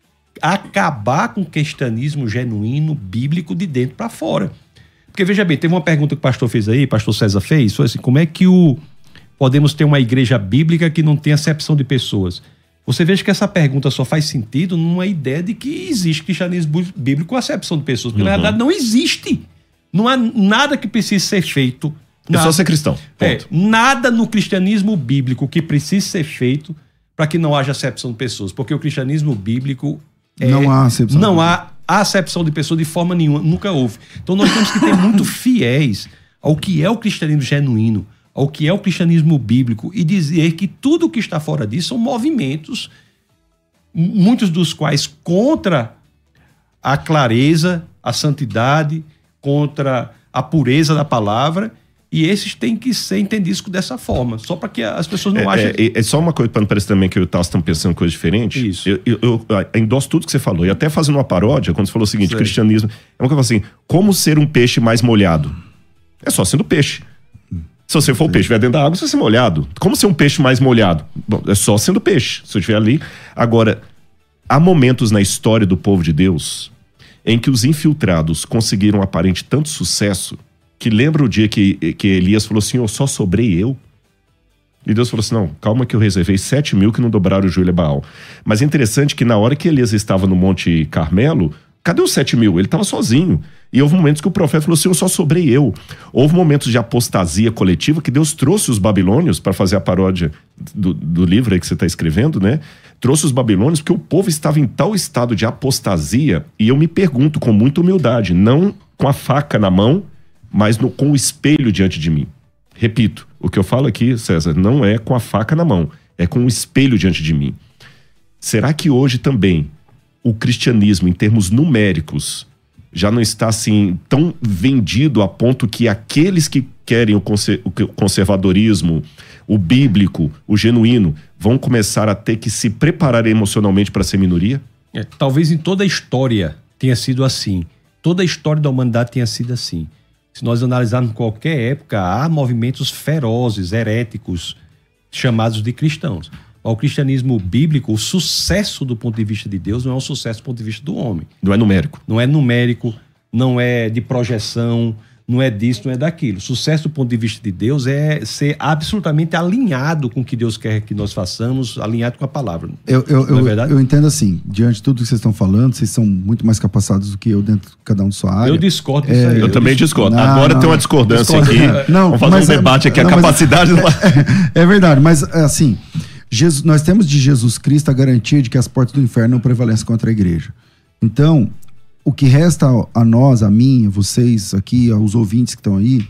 acabar com o cristianismo genuíno, bíblico, de dentro para fora. Porque, veja bem, teve uma pergunta que o pastor fez aí, o pastor César fez, foi assim, como é que podemos ter uma igreja bíblica que não tem acepção de pessoas? Você veja que essa pergunta só faz sentido numa ideia de que existe cristianismo bíblico com acepção de pessoas. Porque, na verdade, não existe. Não há nada que precise ser feito. É só ser cristão. Nada no cristianismo bíblico que precise ser feito para que não haja acepção de pessoas. Porque o cristianismo bíblico... não há acepção. Não há acepção de pessoas de forma nenhuma. Nunca houve. Então, nós temos que ter muito fiéis ao que é o cristianismo genuíno, ao que é o cristianismo bíblico, e dizer que tudo que está fora disso são movimentos, muitos dos quais contra a clareza, a santidade, contra a pureza da palavra, e esses têm que ser entendidos dessa forma, só para que as pessoas não achem... É só uma coisa, para não parecer também que eu e o Tasso estão pensando coisa diferente. Isso. Eu endosso tudo que você falou, e até fazendo uma paródia, quando você falou o seguinte, cristianismo, é uma coisa assim, como ser um peixe mais molhado? É só sendo peixe. Se você for o peixe, estiver dentro da água, você vai ser molhado. Como ser um peixe mais molhado? Bom, é só sendo peixe, se eu estiver ali. Agora, há momentos na história do povo de Deus em que os infiltrados conseguiram aparente tanto sucesso que lembra o dia que Elias falou assim, só sobrei eu? E Deus falou assim, não, calma que eu reservei 7.000 que não dobraram o joelho a Baal. Mas é interessante que na hora que Elias estava no Monte Carmelo, cadê os 7.000? Ele estava sozinho. E houve momentos que o profeta falou assim, só sobrei eu. Houve momentos de apostasia coletiva que Deus trouxe os babilônios, para fazer a paródia do livro aí que você está escrevendo, né? Trouxe os babilônios porque o povo estava em tal estado de apostasia, e eu me pergunto com muita humildade, não com a faca na mão, mas com o espelho diante de mim. Repito, o que eu falo aqui, César, não é com a faca na mão, é com o espelho diante de mim. Será que hoje também o cristianismo, em termos numéricos, já não está assim tão vendido a ponto que aqueles que querem o conservadorismo, o bíblico, o genuíno, vão começar a ter que se preparar emocionalmente para ser minoria? Talvez em toda a história tenha sido assim. Toda a história da humanidade tenha sido assim. Se nós analisarmos qualquer época, há movimentos ferozes, heréticos, chamados de cristãos. O cristianismo bíblico, o sucesso do ponto de vista de Deus não é um sucesso do ponto de vista do homem. Não é numérico. Não é numérico, não é de projeção, não é disso, não é daquilo. O sucesso do ponto de vista de Deus é ser absolutamente alinhado com o que Deus quer que nós façamos, alinhado com a palavra. Não é verdade? Eu entendo assim, diante de tudo que vocês estão falando, vocês são muito mais capacitados do que eu dentro de cada um de sua área. Eu discordo disso aí. Eu também discordo. Agora tem uma discordância aqui. Vamos fazer um debate aqui, a capacidade... É verdade, mas assim... nós temos de Jesus Cristo a garantia de que as portas do inferno não prevalecem contra a igreja. Então, o que resta a nós, a mim, a vocês aqui, aos ouvintes que estão aí,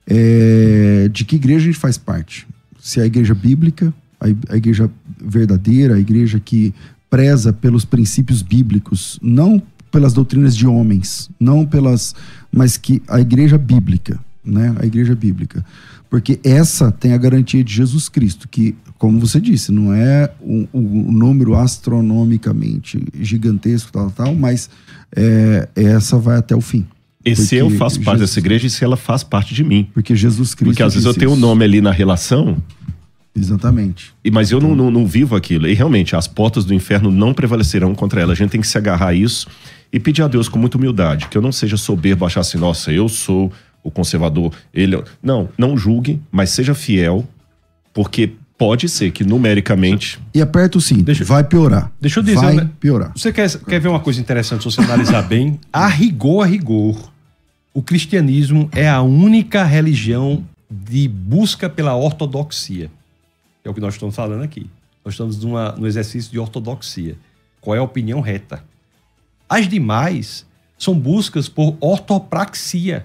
é de que igreja a gente faz parte. Se é a igreja bíblica, a igreja verdadeira, a igreja que preza pelos princípios bíblicos, não pelas doutrinas de homens, mas que a igreja bíblica, né? A igreja bíblica. Porque essa tem a garantia de Jesus Cristo, que, como você disse, não é um número astronomicamente gigantesco, tal, mas essa vai até o fim. E se eu faço parte dessa igreja e se ela faz parte de mim? Porque Jesus Cristo... Porque às vezes eu tenho um nome ali na relação... Exatamente. Mas eu não vivo aquilo. E realmente, as portas do inferno não prevalecerão contra ela. A gente tem que se agarrar a isso e pedir a Deus com muita humildade, que eu não seja soberbo, achar assim, nossa, eu sou... o conservador, não julgue, mas seja fiel, porque pode ser que numericamente... E aperta o cinto, vai piorar. Deixa eu dizer... Vai piorar. Você quer ver uma coisa interessante, se você analisar bem? A rigor, o cristianismo é a única religião de busca pela ortodoxia. É o que nós estamos falando aqui. Nós estamos no exercício de ortodoxia. Qual é a opinião reta? As demais... são buscas por ortopraxia,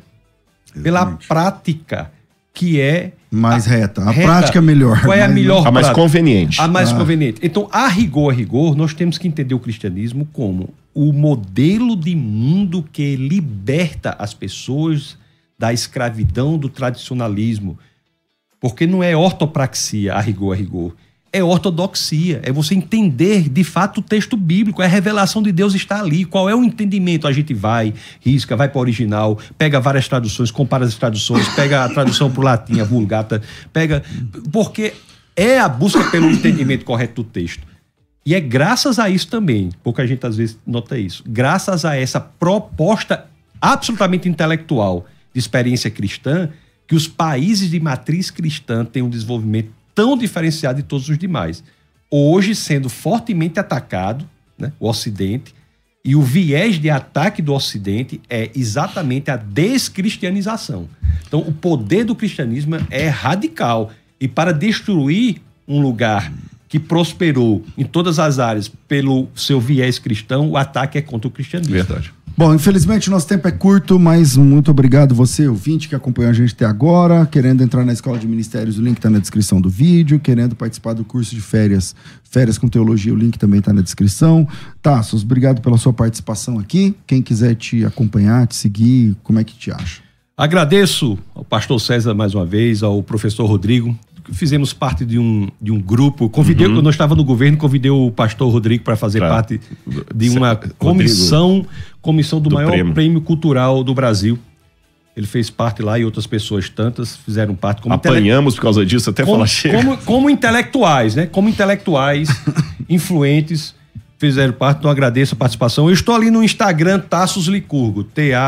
pela prática que é mais reta. A prática é melhor. Qual é a melhor A mais conveniente. A mais conveniente. Então, a rigor, nós temos que entender o cristianismo como o modelo de mundo que liberta as pessoas da escravidão, do tradicionalismo. Porque não é ortopraxia, a rigor. É ortodoxia. É você entender, de fato, o texto bíblico. A revelação de Deus está ali. Qual é o entendimento? A gente vai, risca, vai para o original, pega várias traduções, compara as traduções, pega a tradução para o latim, a Vulgata, pega... Porque é a busca pelo entendimento correto do texto. E é graças a isso também, pouca gente às vezes nota isso, graças a essa proposta absolutamente intelectual de experiência cristã, que os países de matriz cristã têm um desenvolvimento tão diferenciado de todos os demais. Hoje sendo fortemente atacado, né, o Ocidente, e o viés de ataque do Ocidente é exatamente a descristianização. Então o poder do cristianismo é radical. E para destruir um lugar que prosperou em todas as áreas pelo seu viés cristão, o ataque é contra o cristianismo. Verdade. Bom, infelizmente nosso tempo é curto, mas muito obrigado você, ouvinte, que acompanhou a gente até agora, querendo entrar na Escola de Ministérios, o link está na descrição do vídeo, querendo participar do curso de férias com teologia, o link também está na descrição. Tassos, obrigado pela sua participação aqui. Quem quiser te acompanhar, te seguir, como é que te acha? Agradeço ao pastor César mais uma vez, ao professor Rodrigo. Fizemos parte de um grupo. Convidei, quando eu estava no governo, convidei o pastor Rodrigo para fazer parte de uma comissão do maior prêmio cultural do Brasil. Ele fez parte lá e outras pessoas tantas fizeram parte. Apanhamos por causa disso, até falar chega. Como intelectuais, né? Como intelectuais influentes fizeram parte, então agradeço a participação. Eu estou ali no Instagram, Tassos Licurgo,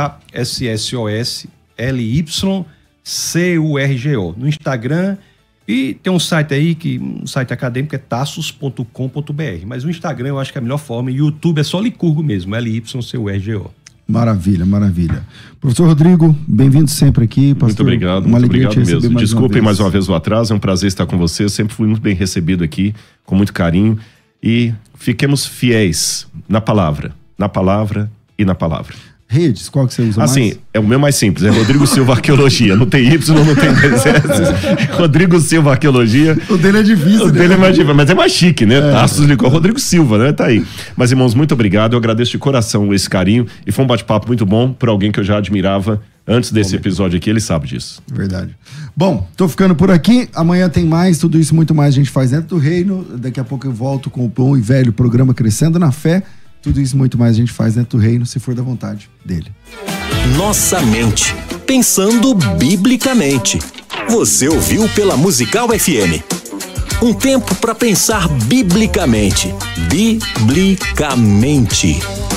TASSOSLYCURGO. No Instagram. E tem um site aí, um site acadêmico, é tassos.com.br. Mas o Instagram eu acho que é a melhor forma. E o YouTube é só Licurgo mesmo, LYCURGO. Maravilha, maravilha. Professor Rodrigo, bem-vindo sempre aqui. Muito Pastor, obrigado, uma muito alegria obrigado te mesmo. Desculpem mais uma vez. vez o atraso, é um prazer estar com você. Eu sempre fui muito bem recebido aqui, com muito carinho. E fiquemos fiéis na palavra e na palavra. Redes, qual que você usa mais? Assim, é o meu mais simples, é Rodrigo Silva Arqueologia. Não tem Y, não tem dois S. Rodrigo Silva Arqueologia. O dele é difícil. O dele é mais difícil, mas é mais chique, né? Tassos Licurgo, Rodrigo Silva, né? Tá aí. Mas, irmãos, muito obrigado. Eu agradeço de coração esse carinho. E foi um bate-papo muito bom por alguém que eu já admirava antes desse episódio aqui. Ele sabe disso. Verdade. Bom, tô ficando por aqui. Amanhã tem mais. Tudo isso muito mais a gente faz dentro do reino. Daqui a pouco eu volto com o bom e velho programa Crescendo na Fé. Tudo isso muito mais a gente faz dentro do reino, se for da vontade dele. Nossa mente, pensando biblicamente. Você ouviu pela Musical FM. Um tempo para pensar biblicamente. Biblicamente.